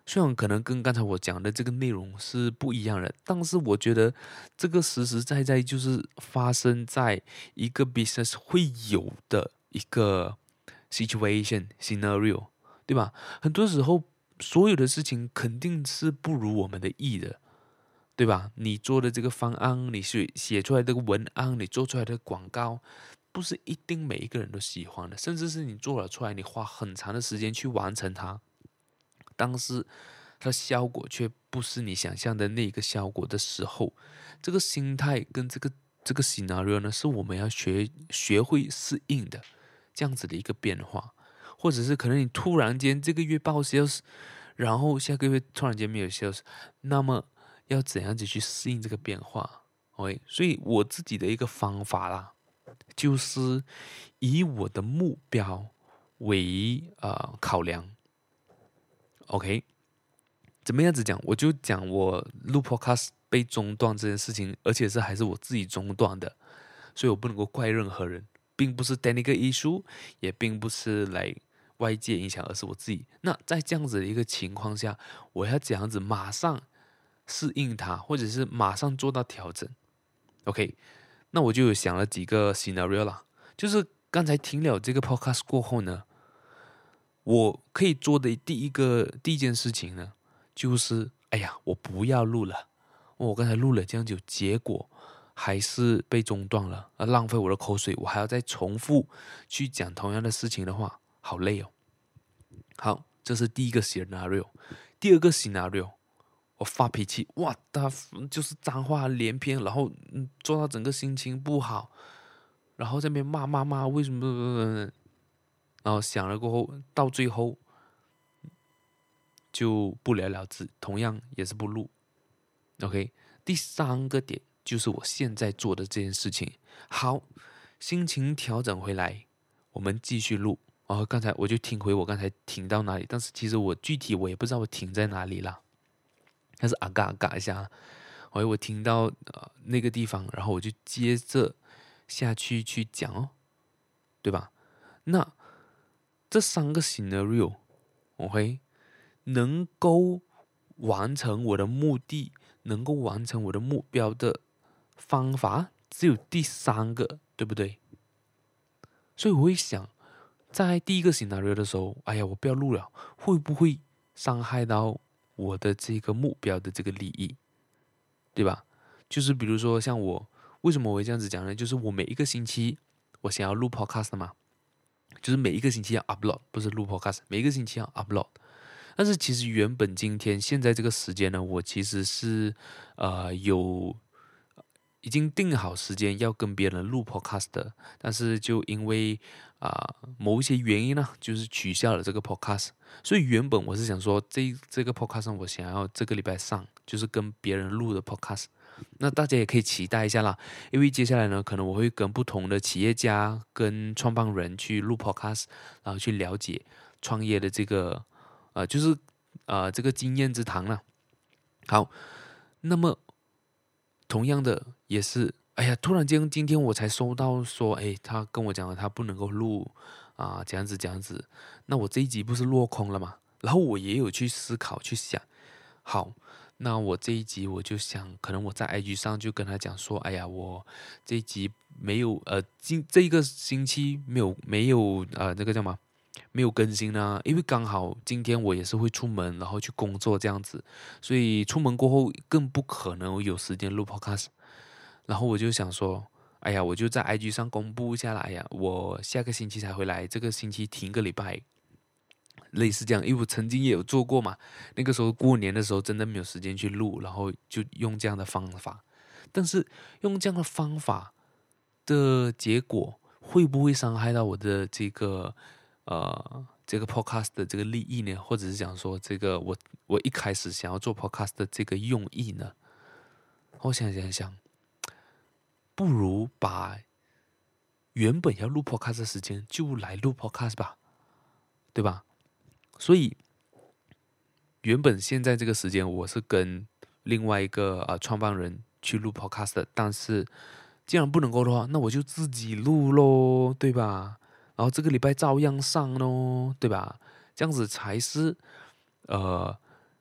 虽然可能跟刚才我讲的这个内容是不一样的，但是我觉得这个实实在在就是发生在一个 business 会有的一个 situation scenario，对吧？很多时候所有的事情肯定是不如我们的意的，对吧？你做的这个方案，你写写出来的文案，你做出来的广告，不是一定每一个人都喜欢的，甚至是你做了出来，你花很长的时间去完成它，但是它的效果却不是你想象的那个效果的时候，这个心态跟这个这个 scenario 呢，是我们要学学会适应的，这样子的一个变化，或者是可能你突然间这个月报 sales，然后下个月突然间没有 sales，那么要怎样子去适应这个变化？OK，所以我自己的一个方法啦，就是以我的目标为呃考量。OK，怎么样子讲？我就讲我录 Podcast 被中断这件事情，而且是还是我自己中断的，所以我不能够怪任何人，并不是 technical issue，也并不是来外界影响，而是我自己。那在这样子的一个情况下，我要怎样子马上适应它，或者是马上做到调整？OK，那我就有想了几个 scenario 啦，就是刚才听了这个 podcast 过后呢，我可以做的第一个第一件事情呢，就是哎呀，我不要录了。我刚才录了这样久，结果还是被中断了，啊，浪费我的口水，我还要再重复去讲同样的事情的话，好累哦。好，这是第一个 scenario。第二个 scenario，我发脾气，哇，他就是脏话连篇，然后嗯，做到整个心情不好，然后在那边骂骂骂，为什么？然后想了过后，到最后就不了了之，同样也是不录。OK，第三个点就是我现在做的这件事情。好，心情调整回来，我们继续录。然后刚才我就听回我刚才停到哪里，但是其实我具体我也不知道我停在哪里啦。但是啊嘎啊嘎一下，我我听到呃那个地方，然后我就接着下去去讲哦，对吧？那这三个 scenario，我会能够完成我的目的，能够完成我的目标的方法，只有第三个，对不对？所以我会想，在第一个 scenario 的时候，哎呀，我不要录了，会不会伤害到我的这个目标的这个利益，对吧？就是比如说像我，为什么我会这样子讲呢？就是我每一个星期我想要录 podcast 的嘛，就是每一个星期要 upload，不是录 podcast，每一个星期要 upload。但是其实原本今天现在这个时间呢，我其实是呃有已经定好时间要跟别人录 podcast 的，但是就因为啊、呃某一些原因呢，就是取消了这个 podcast。所以原本我是想说这这个 podcast 我想要这个礼拜上，就是跟别人录的 podcast。那大家也可以期待一下啦，因为接下来呢，可能我会跟不同的企业家、跟创办人去录 podcast，然后去了解创业的这个呃，就是呃这个经验之谈啦。好，那么同样的也是，哎呀，突然间今天我才收到说，哎，他跟我讲了他不能够录啊，这样子这样子，那我这一集不是落空了吗？然后我也有去思考去想，好，那我这一集我就想，可能我在 I G 上就跟他讲说，哎呀，我这一集没有呃，今这一个星期没有没有呃，那个叫什么？没有更新呢，因为刚好今天我也是会出门，然后去工作这样子，所以出门过后更不可能有时间录 podcast。然后我就想说，哎呀，我就在 I G 上公布一下啦，哎呀，我下个星期才回来，这个星期停个礼拜，类似这样，因为我曾经也有做过嘛。那个时候过年的时候真的没有时间去录，然后就用这样的方法。但是用这样的方法的结果，会不会伤害到我的这个呃这个 podcast 的这个利益呢？或者是讲说这个我我一开始想要做 podcast 的这个用意呢？我想想想，不如把原本要录 podcast 的时间就来录 podcast 吧，对吧？所以原本现在这个时间我是跟另外一个呃创办人去录 podcast 的，但是既然不能够的话，那我就自己录咯，对吧？然后这个礼拜照样上咯，对吧？这样子才是呃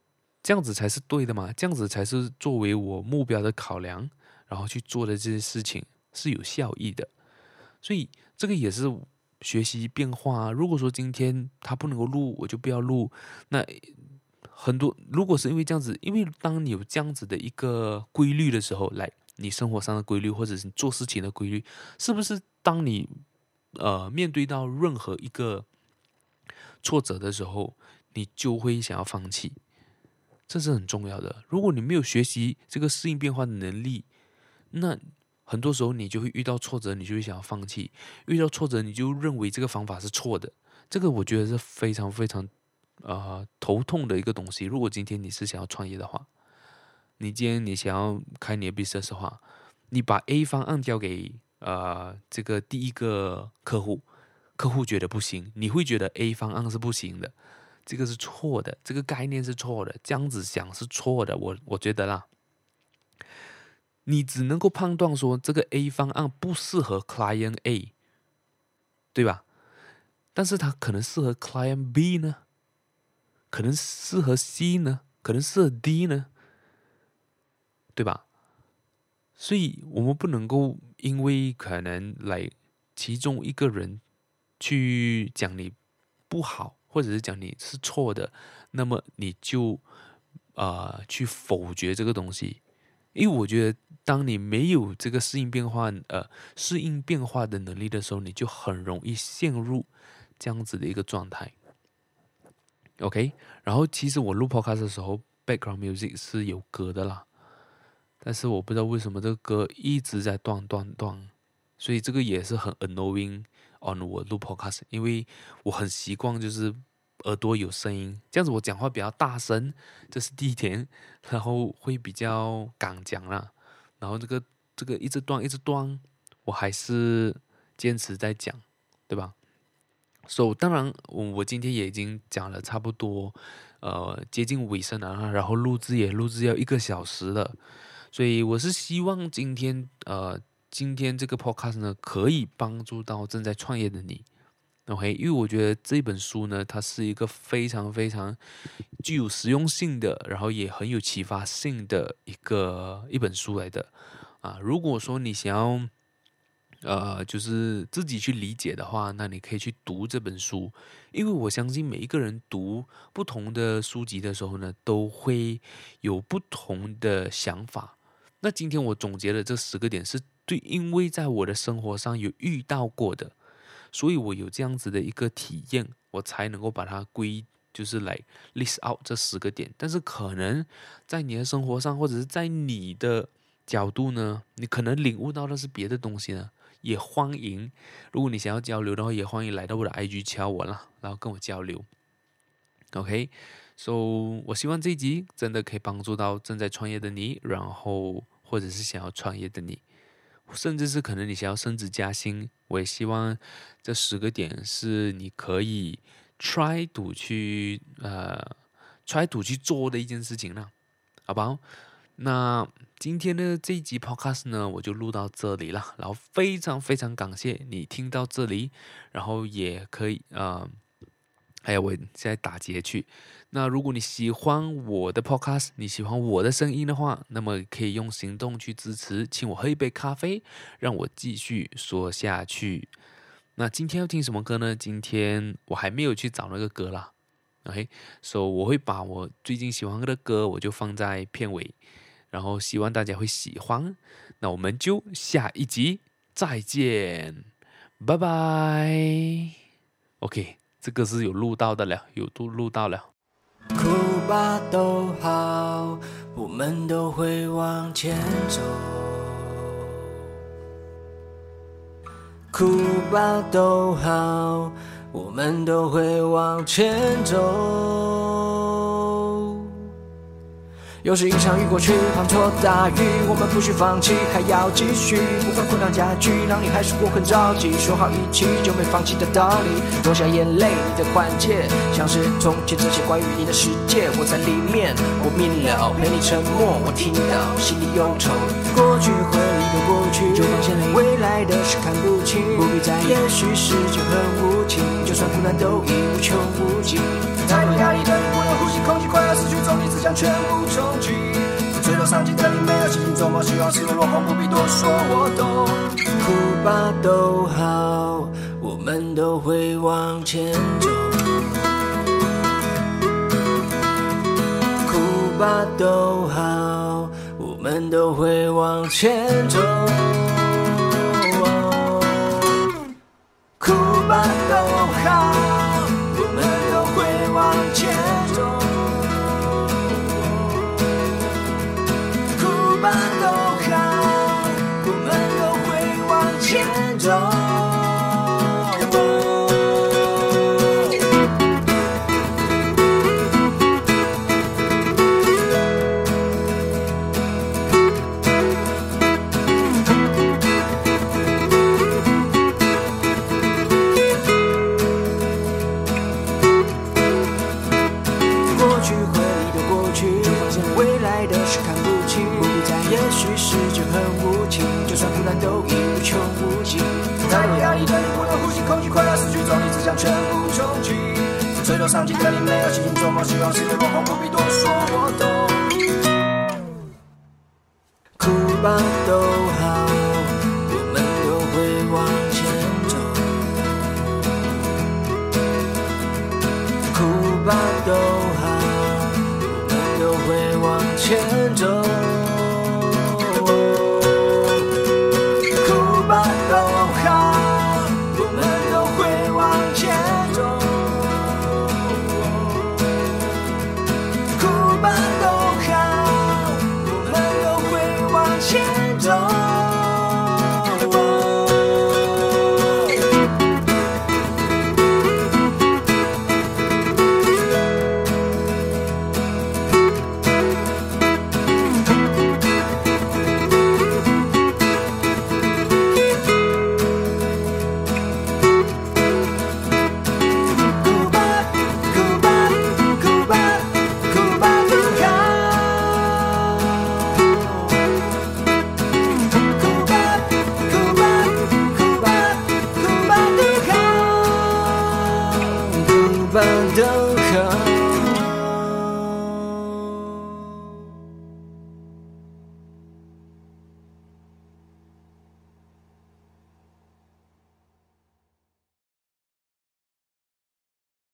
这样子才是对的嘛，这样子才是作为我目标的考量，然后去做的这些事情是有效益的。所以这个也是学习变化啊。如果说今天他不能够录，我就不要录。那很多如果是因为这样子，因为当你有这样子的一个规律的时候，来你生活上的规律，或者是你做事情的规律，是不是当你呃面对到任何一个挫折的时候，你就会想要放弃？这是很重要的。如果你没有学习这个适应变化的能力，那很多时候你就会遇到挫折，你就会想要放弃。遇到挫折，你就认为这个方法是错的。这个我觉得是非常非常呃头痛的一个东西。如果今天你是想要创业的话，你今天你想要开你的 business 的话，你把 A 方案交给呃这个第一个客户，客户觉得不行，你会觉得 A 方案是不行的，这个是错的，这个概念是错的，这样子想是错的。我我觉得啦。你只能够判断说这个 A 方案不适合 Client A， 对吧？但是它可能适合 Client B 呢，可能适合 C 呢，可能适合 D 呢，对吧？所以我们不能够因为可能来其中一个人去讲你不好，或者是讲你是错的，那么你就呃去否决这个东西。因为我觉得，当你没有这个适应变化，呃，适应变化的能力的时候，你就很容易陷入这样子的一个状态。OK， 然后其实我录 podcast 的时候 ，background music 是有歌的啦，但是我不知道为什么这个歌一直在断断断，所以这个也是很 annoying on 我录 podcast， 因为我很习惯就是耳朵有声音，这样子我讲话比较大声，这是第一点，然后会比较敢讲啦。然后这个这个一直断一直断，我还是坚持在讲，对吧？所以当然我我今天也已经讲了差不多，呃，接近尾声了，然后录制也录制要一个小时了，所以我是希望今天呃今天这个 podcast 呢，可以帮助到正在创业的你。OK， 因为我觉得这本书呢，它是一个非常非常具有实用性的，然后也很有启发性的一个一本书来的啊。如果说你想要呃，就是自己去理解的话，那你可以去读这本书，因为我相信每一个人读不同的书籍的时候呢，都会有不同的想法。那今天我总结的这十个点是对，因为在我的生活上有遇到过的。所以我有这样子的一个体验，我才能够把它归，就是来 list out 这十个点。但是可能在你的生活上，或者是在你的角度呢，你可能领悟到的是别的东西呢，也欢迎。如果你想要交流的话，也欢迎来到我的 I G 敲我啦，然后跟我交流。OK，so 我希望这一集真的可以帮助到正在创业的你，然后或者是想要创业的你。甚至是可能你想要升职加薪，我也希望这十个点是你可以 try to 去呃 try to 去做的一件事情啦，好不好？那今天的这一集 podcast 呢，我就录到这里了，然后非常非常感谢你听到这里，然后也可以呃。哎呀，我现在打结去。那如果你喜欢我的 podcast， 你喜欢我的声音的话，那么可以用行动去支持，请我喝一杯咖啡，让我继续说下去。那今天要听什么歌呢？今天我还没有去找那个歌啦。OK， 所以我会把我最近喜欢的歌，我就放在片尾，然后希望大家会喜欢。那我们就下一集再见，拜拜。OK。这个是有录到的了，有都录到了。 哭吧都好，我们都会往前走。哭吧都好，我们都会往前走。又是一场雨过去，滂沱大雨，我们不许放弃，还要继续。不管困难加剧，让你还是我很着急。说好一起就没放弃的道理，落下眼泪，你的关键像是从前这些关于你的世界，我在里面，我明了，陪你沉默，我听到心里忧愁。过去回忆的过去，就放下泪，未来的事看不清，不必在意，也许世界很无情，就算苦难都已无穷无尽。太多压力的你不能呼吸，空气快要失去重力，只想全部重启。坠落伤尽的你没有信心做梦，希望是落空，不必多说，我懂。哭吧都好，我们都会往前走。哭吧都好，我们都会往前走。哭吧都好，我们都会往前走。哭吧都好，我们都会往前走。都已无穷无尽，太多压力的你不能呼吸，空气快要失去重力，只想全部重启。坠落伤尽的你没有信心做梦，希望世界落空，不必多说，我懂。哭吧都好，我们都会往前走。哭吧都好，我们都会往前走。